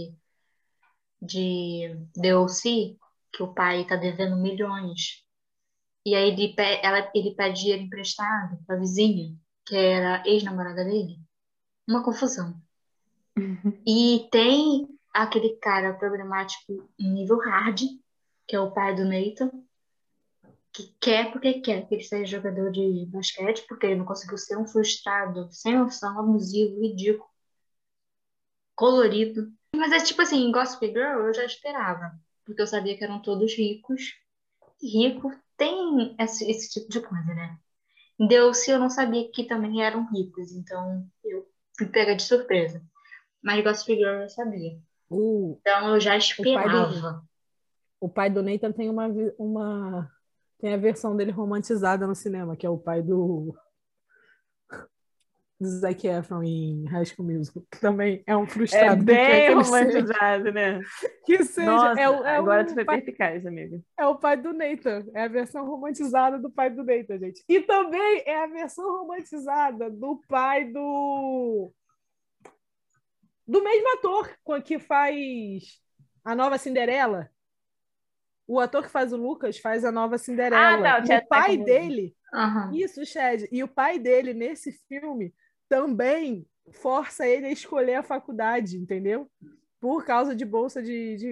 de DLC, que o pai tá devendo milhões. E aí ele pede dinheiro emprestado pra vizinha, que era ex-namorada dele. Uma confusão. E tem aquele cara problemático em nível hard, que é o pai do Nathan, que quer porque quer que ele seja jogador de basquete, porque ele não conseguiu ser um frustrado, sem noção, abusivo, ridículo, colorido. Mas é tipo assim, em Gossip Girl eu já esperava, porque eu sabia que eram todos ricos. E rico tem esse tipo de coisa, né? Em DLC eu não sabia que também eram ricos, então eu fui pega de surpresa. Mas Gossip Girl eu sabia. O, Então eu já o pai do, esperava. o pai do Nathan tem tem a versão dele romantizada no cinema, que é o pai do Zac Efron em High School Musical, que também é um É frustrado que quer bem que ele seja. romantizado, né? Que seja. Nossa, agora tu foi perspicaz, amiga. É o pai do Nathan. É a versão romantizada do pai do Nathan, gente. E também é a versão romantizada do pai do mesmo ator que faz a nova Cinderela. O ator que faz o Lucas faz a nova Cinderela. Ah, tá, o E Chad o pai Michael dele, Aham. isso, o Chad, e o pai dele nesse filme também força ele a escolher a faculdade, entendeu? Por causa de bolsa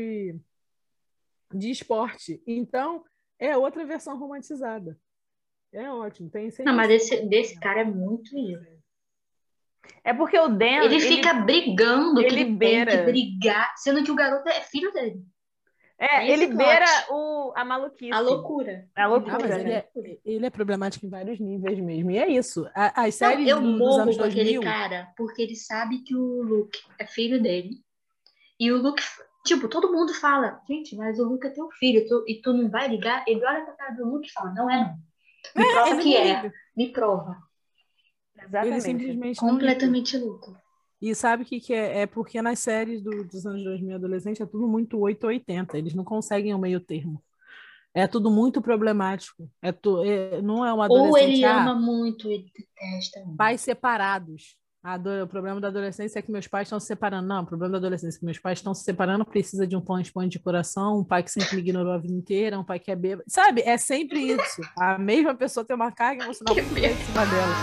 de esporte. Então, é outra versão romantizada. É ótimo, tem Não, sempre mas esse... desse cara é muito lindo. É porque o Dan, Ele fica brigando que ele ele tem que beira. brigar, sendo que o garoto é filho dele. ele Esse beira plot. a maluquice. A loucura. A loucura, Ah, mas né? ele é problemático em vários níveis mesmo. E é isso. As Não, séries eu dos morro anos com aquele 2000... cara porque ele sabe que o Luke é filho dele. E o Luke, tipo, todo mundo fala, gente, mas o Luke é teu filho, e tu não vai ligar? Ele olha pra cara do Luke e fala, não é não. Me prova ele que não é. liga. Me prova. Ele Exatamente. simplesmente não liga. Completamente louco. E sabe o que é? É porque nas séries dos anos 2000 adolescente é tudo muito 880. Eles não conseguem o meio termo. É tudo muito problemático. Não é um Ou adolescente, ele ama muito, ele detesta muito. pais separados. O problema da adolescência é que meus pais estão se separando. Não, o problema da adolescência é que meus pais estão se separando, precisa de um punch de coração, um pai que sempre me ignorou a vida inteira, um pai que é bêbado. Sabe? É sempre isso. A mesma pessoa tem uma carga emocional muito grande em cima dela.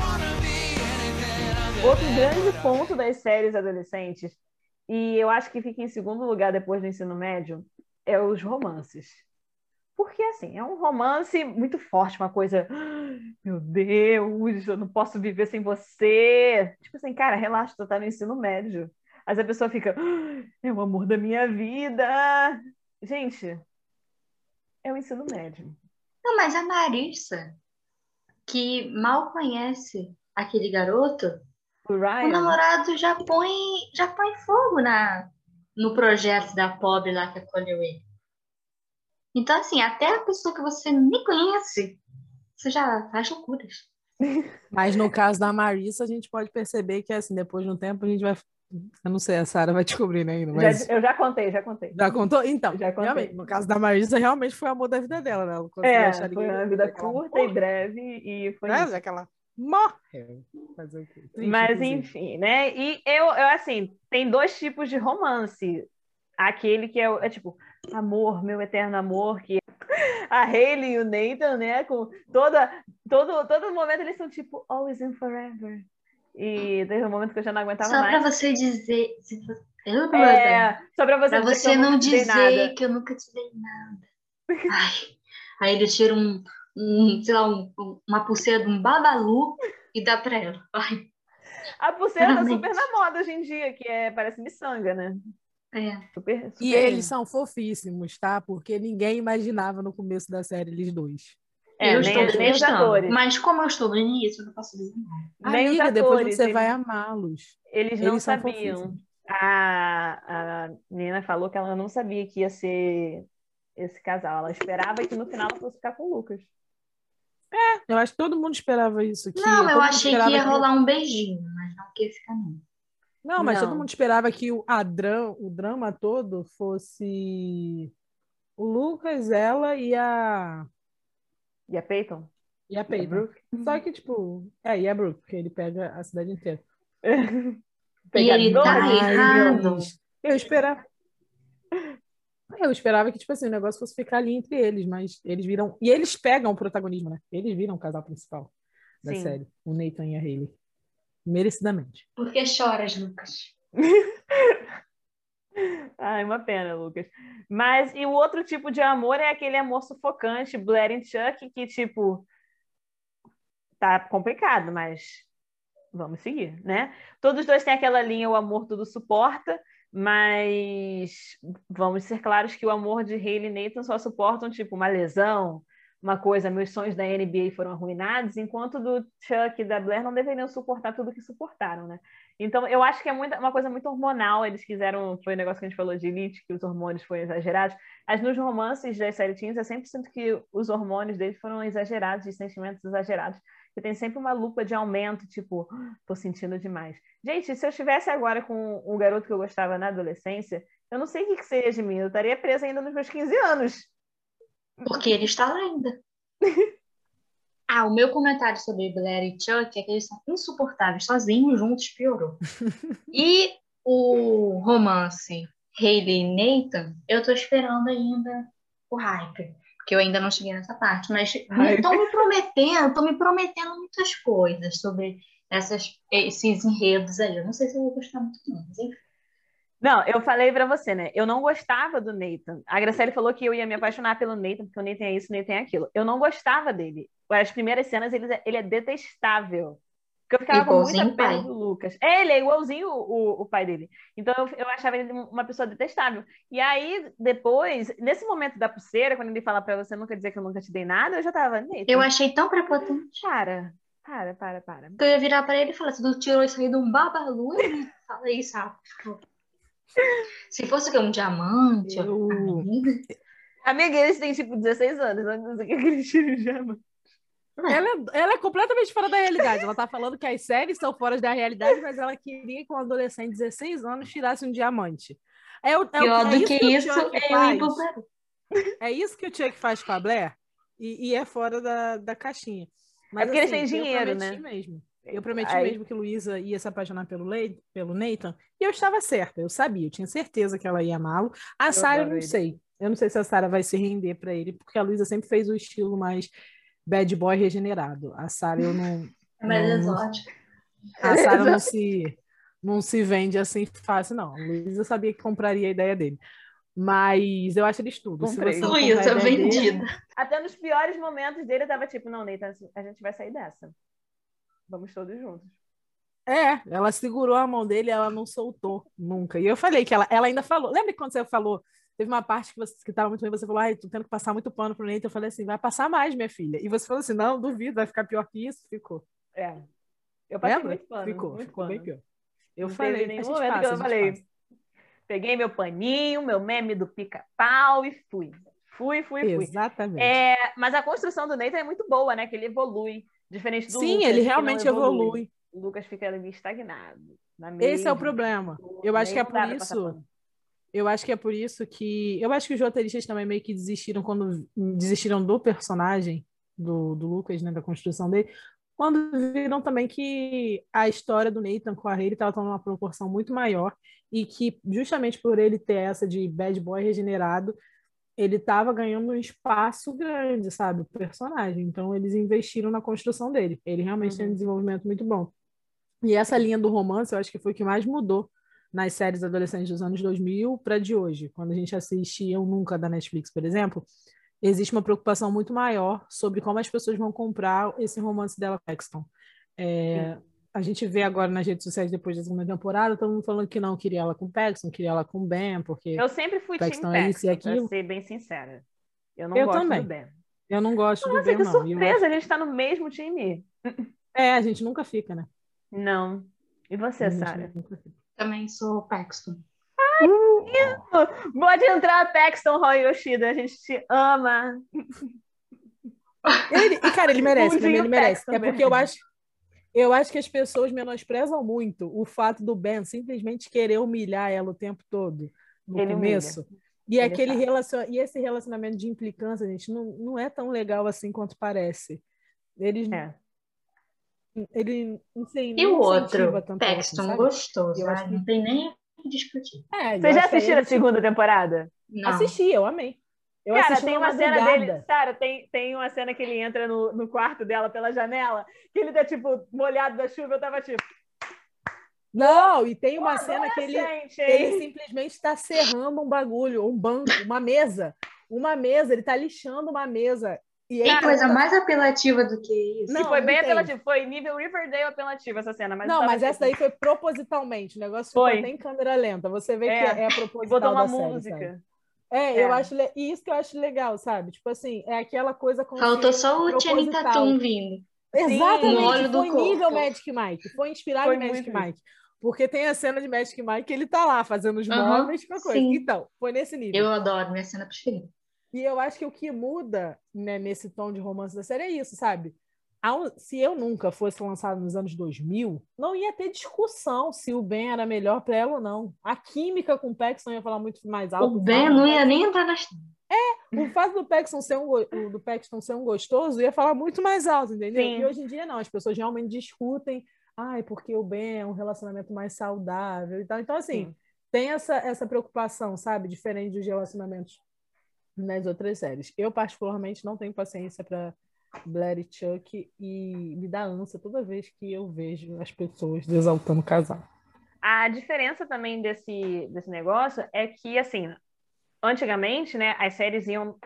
Outro grande ponto das séries adolescentes, e eu acho que fica em segundo lugar depois do ensino médio, é os romances. Porque, assim, é um romance muito forte, uma coisa, meu Deus, eu não posso viver sem você. Tipo assim, cara, relaxa, tu tá no ensino médio. Aí a pessoa fica, é o amor da minha vida. Gente, é o ensino médio. Não, mas a Marissa, que mal conhece aquele garoto, O o Ryan, namorado já põe fogo no projeto da pobre lá que acolheu ele. Então, assim, até a pessoa que você nem conhece, você já faz loucuras. Mas no caso da Marissa, a gente pode perceber que, assim, depois de um tempo, a gente vai... Eu não sei, a Sarah vai descobrir, né, ainda, mas... eu já contei. Já contou? Então, Já contei. realmente, no caso da Marissa, realmente foi o amor da vida dela, né? Ela conseguiu achar Foi ninguém uma vida curta e breve e foi isso. já que ela morreu. Fazer o quê? Triste, Mas, inclusive. enfim, né? E eu, assim, tem dois tipos de romance. Aquele que é tipo, amor, meu eterno amor, que a Hailey e o Nathan, né? Com todo momento eles são tipo, always and forever. E teve um momento que eu já não aguentava Só mais. pra você dizer... Só pra você Pra dizer você que eu não nunca te dei nada. dizer que eu nunca te dei nada. Ai. Aí ele tira sei lá, uma pulseira de um babalu e dá pra ela. Ai. A pulseira tá Realmente. super na moda hoje em dia, que parece miçanga, né? É. Super. E eles são fofíssimos, tá? Porque ninguém imaginava no começo da série eles dois. Eu nem estou os detestando. atores. Mas como eu estou no início, eu não posso dizer nada. Nem os Amiga, depois atores, você vai amá-los. Eles não são sabiam. fofíssimos. A Nina falou que ela não sabia que ia ser esse casal. Ela esperava que no final ela fosse ficar com o Lucas. Eu acho que todo mundo esperava isso. Não, eu todo mundo achei que esperava ia rolar um beijinho, mas não que ia ficar não. Não, mas Não. todo mundo esperava que o drama todo fosse o Lucas, ela e a Peyton? Peyton. Brooke? Só que, tipo, e a Brooke, porque ele pega a cidade inteira. E ele tá Mas errado. eu esperava que, tipo assim, o negócio fosse ficar ali entre eles, mas eles viram. E eles pegam o protagonismo, né? Eles viram o casal principal da Sim. série, o Nathan e a Hailey. Merecidamente. Por que choras, Lucas? Ai, uma pena, Lucas. Mas, e o outro tipo de amor é aquele amor sufocante, Blair e Chuck, que, tipo, tá complicado, mas vamos seguir, né? Todos os dois têm aquela linha, o amor tudo suporta, mas vamos ser claros que o amor de Hailey e Nathan só suportam, tipo, uma lesão, uma coisa, meus sonhos da NBA foram arruinados, enquanto do Chuck e da Blair não deveriam suportar tudo que suportaram, né? Então, eu acho que é uma coisa muito hormonal, eles quiseram, foi o negócio que a gente falou de Elite, que os hormônios foram exagerados, mas nos romances das série teens, eu sempre sinto que os hormônios deles foram exagerados, de sentimentos exagerados, que tem sempre uma lupa de aumento, tipo, tô sentindo demais. Gente, se eu estivesse agora com um garoto que eu gostava na adolescência, eu não sei o que seria de mim, eu estaria presa ainda nos meus 15 anos. Porque ele está lá ainda. O meu comentário sobre Blair e Chuck é que eles são insuportáveis. Sozinhos, juntos, piorou. E o romance Hailey e Nathan, eu tô esperando ainda o hype, porque eu ainda não cheguei nessa parte, mas Hype. estão me prometendo muitas coisas sobre esses enredos aí. Eu não sei se eu vou gostar muito, não, mas enfim. Não, eu falei pra você, né? Eu não gostava do Nathan. A Graciele falou que eu ia me apaixonar pelo Nathan, porque o Nathan é isso, o Nathan é aquilo. Eu não gostava dele. As primeiras cenas, ele é detestável. Porque eu ficava com muita Igualzinho o pena pai. do Lucas. Ele é igualzinho o pai dele. Então eu achava ele uma pessoa detestável. E aí, depois, nesse momento da pulseira, quando ele fala pra você nunca dizer que eu nunca te dei nada, eu já tava, Nathan, Eu achei tão prepotente para. que eu ia virar pra ele e falar: tu tirou isso aí de um babalu? Fala isso, se fosse um diamante, Eu- amiga. Amiga, eles têm tipo 16 anos, não sei o que eles chamam. Ela é completamente fora da realidade. Ela tá falando que as séries são fora da realidade, mas ela queria que um adolescente de 16 anos tirasse um diamante. Pior do que isso, Chuck é eu ir pro faz. Peru. É isso que o Chuck faz com a Blair e é fora da caixinha. Mas, É porque eles têm assim, dinheiro, eu prometi né? mesmo. Eu prometi Aí- mesmo que Luísa ia se apaixonar pelo Nathan. E eu estava certa, eu sabia, eu tinha certeza que ela ia amá-lo. A Eu Sarah, eu adoro não ele. sei. Eu não sei se a Sarah vai se render para ele, porque a Luísa sempre fez o estilo mais bad boy regenerado. A Sarah, eu não. É mais não exótico. a Sarah não se vende assim fácil, não. A Luísa sabia que compraria a ideia dele. Mas eu acho eles tudo. Se Comprei. você não comprar a Luísa, ideia dele. vendida. Até nos piores momentos dele, eu tava tipo, não, Nathan, a gente vai sair dessa. Vamos todos juntos. Ela segurou a mão dele e ela não soltou nunca. E eu falei que ela ainda falou. Lembra quando você falou? Teve uma parte que tava muito ruim, você falou, ai, tô tendo que passar muito pano pro Nathan. Eu falei assim, vai passar mais, minha filha. E você falou assim, não, duvido, vai ficar pior que isso. Ficou. É. Eu passei Lembra? muito pano, Ficou, muito ficou bem pano. pior. Eu Não falei, teve a nenhum gente momento que passa, eu a gente falei, passa. peguei meu paninho, meu meme do pica-pau e fui. Fui. Exatamente. Mas a construção do Nathan é muito boa, né? Que ele evolui. Diferente do Sim, Lucas, ele que não realmente evolui. evolui. O Lucas fica ali estagnado. Na Esse é o mesma. problema. Eu acho que é Não por dá pra passar isso. pano. Eu acho que é por isso que. Eu acho que os roteiristas também meio que desistiram quando desistiram do personagem do Lucas, né? Da construção dele, quando viram também que a história do Nathan com a Hayley estava tomando uma proporção muito maior e que, justamente por ele ter essa de bad boy regenerado, ele estava ganhando um espaço grande, sabe? O personagem. Então, eles investiram na construção dele. Ele realmente tem um desenvolvimento muito bom. E essa linha do romance, eu acho que foi o que mais mudou nas séries adolescentes dos anos 2000 para de hoje. Quando a gente assiste Eu Nunca da Netflix, por exemplo, existe uma preocupação muito maior sobre como as pessoas vão comprar esse romance dela com Paxton. A gente vê agora nas redes sociais, depois da segunda temporada, todo mundo falando que não queria ela com Paxton, queria ela com Ben, porque Eu sempre fui Team Paxton é isso e Paxton, pra aquilo. ser bem sincera. Eu não Eu gosto do também. Ben. Eu não gosto do Nossa, Ben, que não. E eu acho... surpresa, a gente tá no mesmo time. a gente nunca fica, né? Não. E você, A gente Sarah? nunca fica. Também sou Paxton. Pode entrar, Paxton Roy Yoshida, a gente te ama. Cara, ele merece, pra mim ele Mundinho merece. Paxton, É porque eu acho que as pessoas menosprezam muito o fato do Ben simplesmente querer humilhar ela o tempo todo no Ele humilha. começo. E Ele sabe. e esse relacionamento de implicância, gente, não é tão legal assim quanto parece. Ele, É. assim, E não o incentiva outro, tanto ela, assim, Paxton, sabe? E gostoso. eu acho Ai, não que. tem nem o que discutir. Eu Vocês já acho que assistiram a ele, tipo, segunda temporada? Não. eu amei. Eu Cara, assisti tem uma uma cena dele. madrugada. Sarah, tem uma cena que ele entra no quarto dela pela janela, que ele tá, tipo, molhado da chuva. Eu tava tipo. Não, e tem uma cena que Adolescente, ele hein? simplesmente está serrando um bagulho, um banco, uma mesa. Uma mesa, ele está lixando uma mesa. E Tem ele coisa conta- mais apelativa do que isso. E Não, foi não bem tem. apelativo. Foi nível Riverdale apelativo essa cena. Mas eu Não, tava mas essa tipo, daí foi propositalmente. O negócio ficou foi. até em câmera lenta. Você vê que É. é E botou proposital uma da série, sabe? música. Eu acho e isso que eu acho legal, sabe? Tipo assim, é aquela coisa Faltou consciente, só o Channing proposital. Tatum vindo. No Exatamente, olho do foi nível corpo. Magic Mike, foi inspirado Foi em Magic muito isso. Mike. Porque tem a cena de Magic Mike que ele tá lá fazendo os Aham, móveis com a coisa. sim. Então, foi nesse nível. Eu adoro, minha cena preferida. E eu acho que o que muda, né, nesse tom de romance da série é isso, sabe? Se Eu Nunca fosse lançado nos anos 2000, não ia ter discussão se o Ben era melhor para ela ou não. A química com o Paxton ia falar muito mais alto. O Ben não ia nem entrar na história. O fato do Paxton ser um gostoso ia falar muito mais alto, entendeu? Sim. E hoje em dia não, as pessoas realmente discutem, porque o Ben é um relacionamento mais saudável e tal. Então, assim, Sim. tem essa preocupação, sabe? Diferente dos relacionamentos nas outras séries. Eu, particularmente, não tenho paciência para Blair e Chuck e me dá ânsia toda vez que eu vejo as pessoas exaltando o casal. A diferença também desse negócio é que, assim, antigamente, né, as séries iam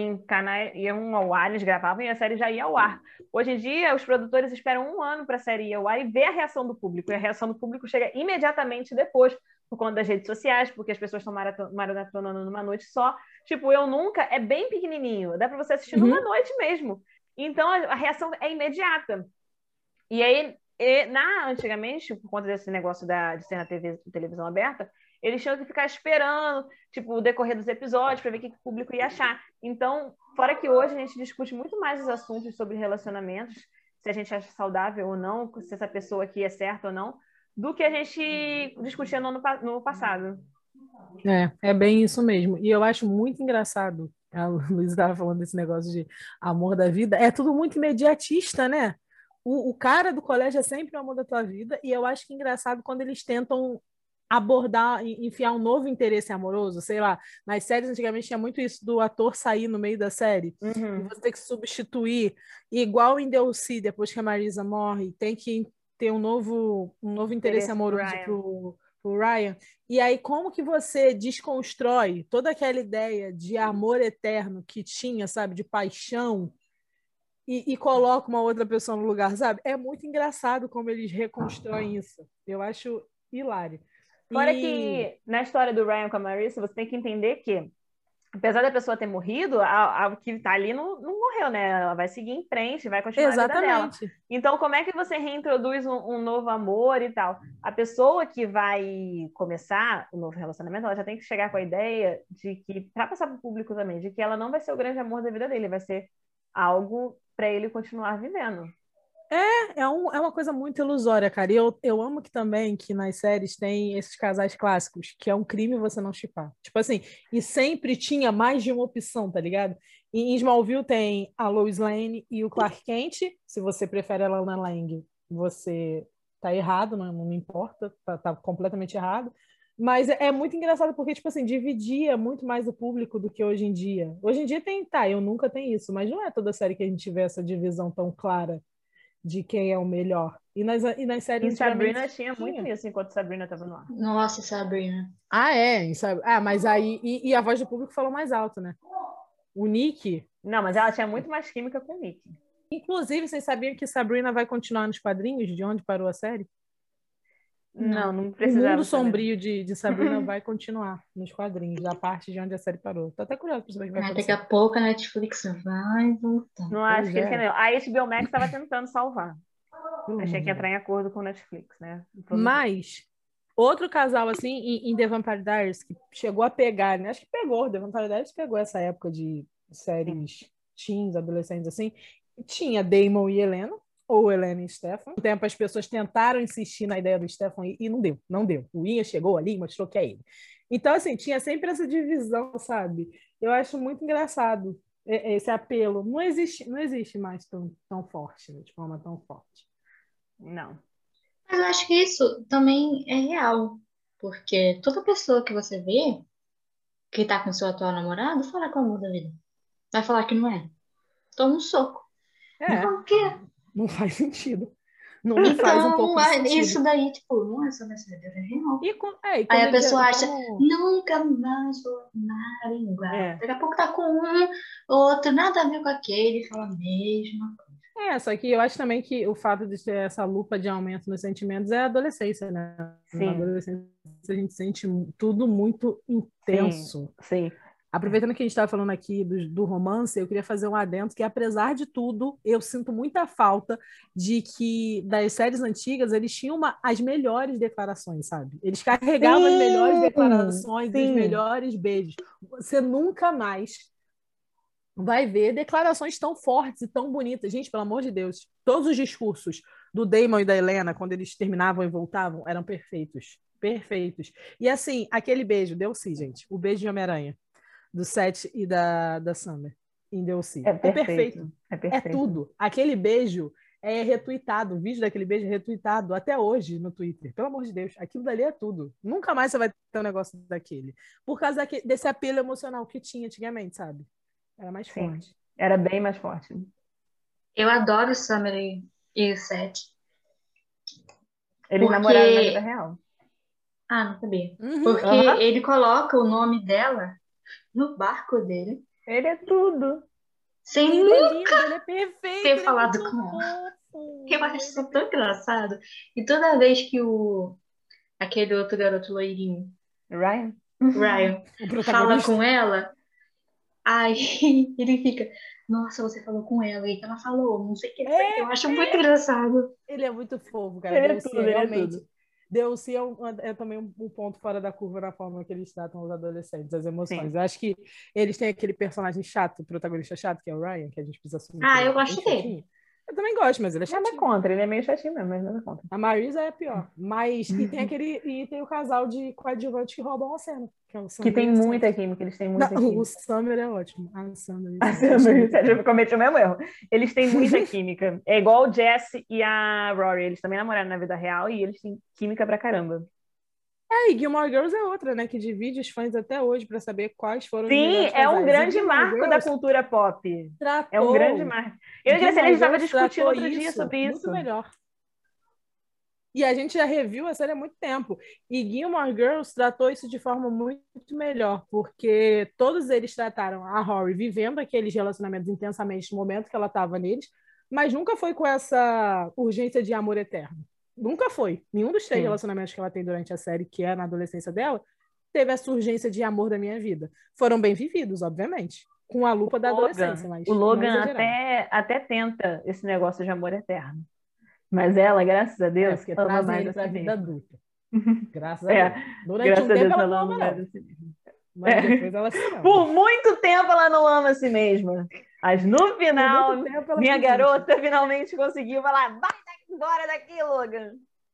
ao ar, eles gravavam e a série já ia ao ar. Hoje em dia, os produtores esperam 1 ano para a série ir ao ar e ver a reação do público. E a reação do público chega imediatamente depois, por conta das redes sociais, porque as pessoas estão maratonando numa noite só. Tipo, Eu Nunca é bem pequenininho, dá para você assistir numa noite mesmo. Então, a reação é imediata. E aí, antigamente, por conta desse negócio de ser na televisão aberta, eles tinham que ficar esperando, tipo, o decorrer dos episódios para ver o que o público ia achar. Então, fora que hoje a gente discute muito mais os assuntos sobre relacionamentos, se a gente acha saudável ou não, se essa pessoa aqui é certa ou não, do que a gente discutia no passado. É bem isso mesmo. E eu acho muito engraçado, a Luísa estava falando desse negócio de amor da vida, é tudo muito imediatista, né? O cara do colégio é sempre o amor da tua vida, e eu acho que é engraçado quando eles tentam abordar, enfiar um novo interesse amoroso, sei lá, nas séries antigamente tinha muito isso do ator sair no meio da série, e você ter que substituir, igual em DLC, depois que a Marisa morre, tem que ter um novo interesse amoroso pro Ryan. E aí, como que você desconstrói toda aquela ideia de amor eterno que tinha, sabe, de paixão, e coloca uma outra pessoa no lugar, sabe? É muito engraçado como eles reconstroem isso. Eu acho hilário. Fora que, na história do Ryan com a Marissa, você tem que entender que, apesar da pessoa ter morrido, a que tá ali não morreu, né? Ela vai seguir em frente, vai continuar a vida dela. Então, como é que você reintroduz um novo amor e tal? A pessoa que vai começar o novo relacionamento, ela já tem que chegar com a ideia de que, para passar para o público também, de que ela não vai ser o grande amor da vida dele, vai ser algo para ele continuar vivendo. É uma coisa muito ilusória, cara. E eu amo que nas séries tem esses casais clássicos, que é um crime você não shippar. Tipo assim, e sempre tinha mais de uma opção, tá ligado? E em Smallville tem a Lois Lane e o Clark Kent. Se você prefere a Lana Lang, você tá errado, não importa, tá completamente errado. Mas é muito engraçado porque, tipo assim, dividia muito mais o público do que hoje em dia. Hoje em dia Eu Nunca tem isso, mas não é toda série que a gente vê essa divisão tão clara de quem é o melhor. E nas séries... E Sabrina tinha muito isso enquanto Sabrina estava no ar. Nossa, Sabrina. Mas aí... E a voz do público falou mais alto, né? O Nick... Não, mas ela tinha muito mais química com o Nick. Inclusive, vocês sabiam que Sabrina vai continuar nos quadrinhos, de onde parou a série? Não precisava. O mundo sombrio de Sabrina vai continuar nos quadrinhos, da parte de onde a série parou. Tô até curioso pra saber o que vai acontecer. Daqui a pouco a Netflix vai voltar. Não acho que eles querem. A HBO Max estava tentando salvar. Achei que ia entrar em acordo com o Netflix, né? Mas, outro casal, assim, em The Vampire Diaries, que chegou a pegar, né? Acho que pegou, The Vampire Diaries pegou essa época de séries teens, adolescentes, assim. Tinha Damon e Helena, ou Helena e Stefan. Um tempo as pessoas tentaram insistir na ideia do Stefan e não deu. O Ian chegou ali e mostrou que é ele. Então, assim, tinha sempre essa divisão, sabe? Eu acho muito engraçado esse apelo. Não existe mais tão forte, né? De forma tão forte. Não. Mas eu acho que isso também é real. Porque toda pessoa que você vê que tá com seu atual namorado, fala com o amor da vida. Vai falar que não é. Toma um soco. Por quê? Não faz sentido. Não me faz um pouco de sentido. Isso daí, tipo, não é só verdadeiro, é real. E aí a pessoa acha, nunca mais vou amar igual. Daqui a pouco tá com um, outro, nada a ver com aquele, fala a mesma coisa. Só que eu acho também que o fato de ter essa lupa de aumento nos sentimentos é a adolescência, né? Sim. Na adolescência a gente sente tudo muito intenso. Sim. Aproveitando que a gente estava falando aqui do romance, eu queria fazer um adendo que, apesar de tudo, eu sinto muita falta de que, das séries antigas, eles tinham as melhores declarações, sabe? Eles carregavam as melhores declarações, os melhores beijos. Você nunca mais vai ver declarações tão fortes e tão bonitas. Gente, pelo amor de Deus, todos os discursos do Damon e da Helena, quando eles terminavam e voltavam, eram perfeitos. Perfeitos. E assim, aquele beijo, deu sim, gente. O beijo de Homem-Aranha do Seth e da Summer em DLC. É perfeito. É tudo. Aquele beijo é retweetado. O vídeo daquele beijo é retweetado até hoje no Twitter. Pelo amor de Deus, aquilo dali é tudo. Nunca mais você vai ter um negócio daquele. Por causa desse apelo emocional que tinha antigamente, sabe? Era mais Sim, forte. era bem mais forte. Eu adoro Summer e o Seth. Eles Porque- namoraram na vida real. Ah, não sabia. Uhum. Porque Aham. ele coloca o nome dela no barco dele, Ele é tudo. sem Ele é lindo, ele é perfeito, ter ele é falado muito com ela. fofo. Eu acho isso tão engraçado. E toda vez que aquele outro garoto loirinho, Ryan? Ryan, O fala protagonista. com ela, aí ele fica, nossa, você falou com ela, e que ela falou, não sei o que. Eu acho muito engraçado. Ele é muito fofo, cara. Ele é DLC tudo, ele é realmente. tudo. DLC é também um ponto fora da curva na forma que eles tratam os adolescentes, as emoções. Sim. Eu acho que eles têm aquele personagem chato, protagonista chato, que é o Ryan, que a gente precisa assumir. Ah, que ele eu é bem gosto dele. chatinho. Eu também gosto, mas ele é Nada chatinho. contra, ele é meio chatinho mesmo, mas nada contra. A Marisa é pior. Mas, e tem o casal de coadjuvantes que roubam a cena, que é o Que Summer tem e a Sam. muita química, eles têm muita Não, o química. Summer é ótimo. A Summer e o A Sam, eu acho Summer e o muito Seth cometeu o mesmo erro. Eles têm muita química. É igual o Jesse e a Rory. Eles também namoraram na vida real e eles têm química pra caramba. E Gilmore Girls é outra, né? Que divide os fãs até hoje para saber quais foram os Sim, melhores é um casais. E grande Gilmore marco da Girls cultura pop. tratou... É um grande marco. Eu e a Graciela, a Gilmore gente estava Girls discutindo tratou outro dia isso sobre isso. muito melhor. E a gente já reviu a série há muito tempo. E Gilmore Girls tratou isso de forma muito melhor, porque todos eles trataram a Rory vivendo aqueles relacionamentos intensamente no momento que ela estava neles, mas nunca foi com essa urgência de amor eterno. Nunca foi. Nenhum dos 3 Sim. relacionamentos que ela tem durante a série, que é na adolescência dela, teve essa urgência de amor da minha vida. Foram bem vividos, obviamente, com a lupa da adolescência, mas O não Logan exagerado. até tenta esse negócio de amor eterno. Mas ela, graças a Deus, Porque ama trazem mais ele a para a si vida mesma. adulta. Graças a É, Deus. Durante graças um a tempo Deus ela ela não ama ama, mais não. a si mesma. Mas depois ela se ama. Por muito tempo ela não ama a si mesma. Mas no final, Por muito tempo ela minha desiste. garota finalmente conseguiu falar: vai embora daqui, Logan.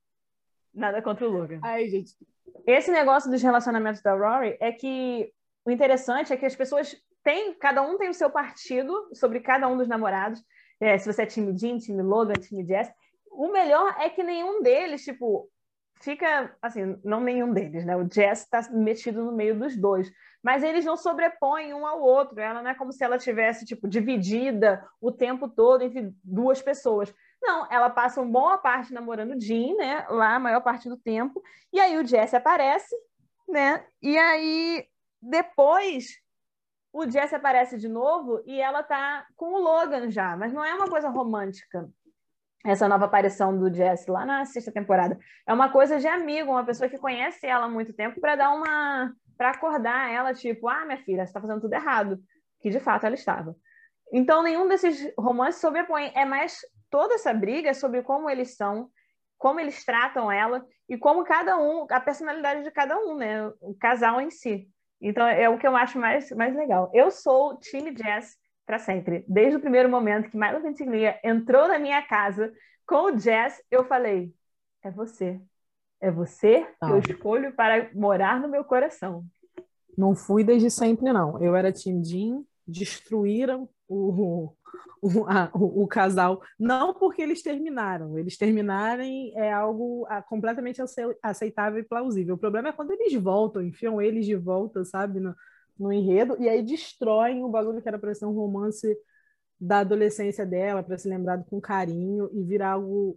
Nada contra o Logan. Ai, gente. Esse negócio dos relacionamentos da Rory é que o interessante é que as pessoas cada um tem o seu partido sobre cada um dos namorados. Se você é time Dean, time Logan, time Jess. O melhor é que nenhum deles, tipo, fica assim, não nenhum deles, né? O Jess está metido no meio dos dois. Mas eles não sobrepõem um ao outro. Ela não é como se ela tivesse, tipo, dividida o tempo todo entre 2 pessoas. Não, ela passa uma boa parte namorando o Jean, né? Lá, a maior parte do tempo. E aí o Jesse aparece, né? E aí, depois, o Jesse aparece de novo e ela tá com o Logan já. Mas não é uma coisa romântica, essa nova aparição do Jesse lá na 6ª temporada. É uma coisa de amigo, uma pessoa que conhece ela há muito tempo para acordar ela, tipo, minha filha, você tá fazendo tudo errado. Que, de fato, ela estava. Então, nenhum desses romances sobrepõe. É mais toda essa briga é sobre como eles são, como eles tratam ela e como cada um, a personalidade de cada um, né? O casal em si. Então, é o que eu acho mais legal. Eu sou time Jess para sempre. Desde o primeiro momento que Milo Ventimiglia entrou na minha casa com o Jess, eu falei, é você. É você que eu escolho para morar no meu coração. Não fui desde sempre, não. Eu era time Jean, destruíram o casal. Não porque eles terminaram. Eles terminarem é algo completamente aceitável e plausível. O problema é quando eles voltam, enfiam eles de volta, sabe, no enredo, e aí destroem o bagulho que era para ser um romance da adolescência dela, para ser lembrado com carinho e virar algo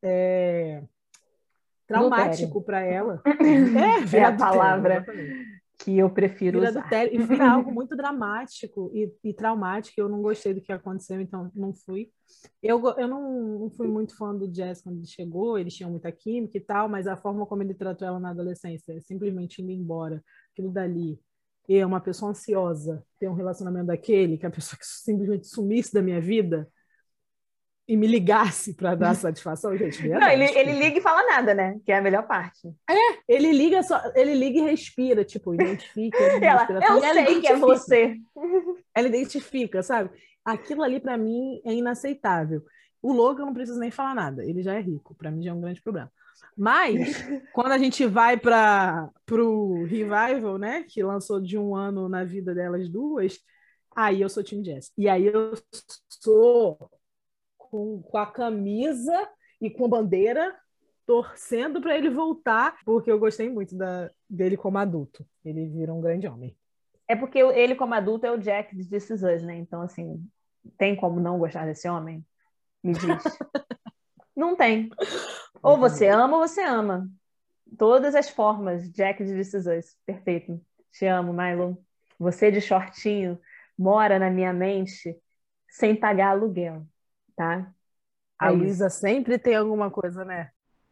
traumático para ela. É a palavra exatamente. Que eu prefiro usar. E vira algo muito dramático e traumático. Eu não gostei do que aconteceu, então não fui. Eu não fui muito fã do Jess quando ele chegou, eles tinham muita química e tal, mas a forma como ele tratou ela na adolescência, simplesmente indo embora, aquilo dali, e uma pessoa ansiosa ter um relacionamento daquele, que a pessoa que simplesmente sumisse da minha vida e me ligasse para dar satisfação, gente, verdade, não, ele liga e fala nada, né? Que é a melhor parte. Ele liga e respira, tipo, identifica. Eu sei que é você. Ela identifica, sabe? Aquilo ali, para mim, é inaceitável. O Logan não precisa nem falar nada, ele já é rico, para mim já é um grande problema. Mas, quando a gente vai para o Revival, né, que lançou de 1 ano na vida delas duas, aí eu sou Team Jess. E aí eu sou com a camisa e com a bandeira, torcendo para ele voltar, porque eu gostei muito dele como adulto. Ele vira um grande homem. É porque ele, como adulto, é o Jack de This Is Us, né? Então, assim, tem como não gostar desse homem? Me diz. Não tem. Ou você ama ou você ama. Todas as formas, Jack de This Is Us. Perfeito. Te amo, Milo. Você de shortinho mora na minha mente sem pagar aluguel, tá? A Luísa sempre tem alguma coisa, né?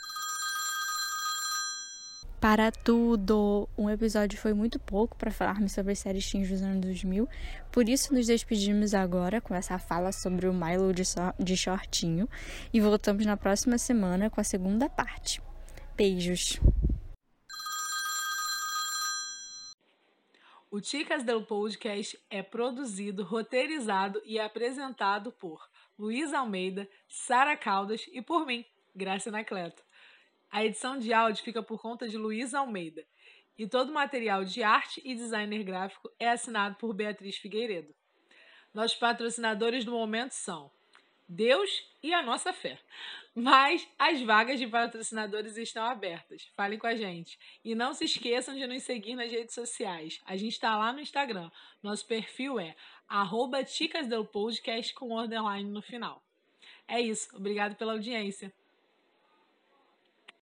Para tudo! Um episódio foi muito pouco para falarmos sobre as séries teens dos anos 2000, por isso nos despedimos agora com essa fala sobre o Milo de shortinho e voltamos na próxima semana com a segunda parte. Beijos! O Chicas del Podcast é produzido, roteirizado e apresentado por Luísa Almeida, Sara Caldas e por mim, Graça Anacleto. A edição de áudio fica por conta de Luísa Almeida. E todo o material de arte e designer gráfico é assinado por Beatriz Figueiredo. Nossos patrocinadores do momento são Deus e a nossa fé. Mas as vagas de patrocinadores estão abertas. Falem com a gente. E não se esqueçam de nos seguir nas redes sociais. A gente está lá no Instagram. Nosso perfil é @chicasdelpodcast com underline no final. É isso. Obrigado pela audiência.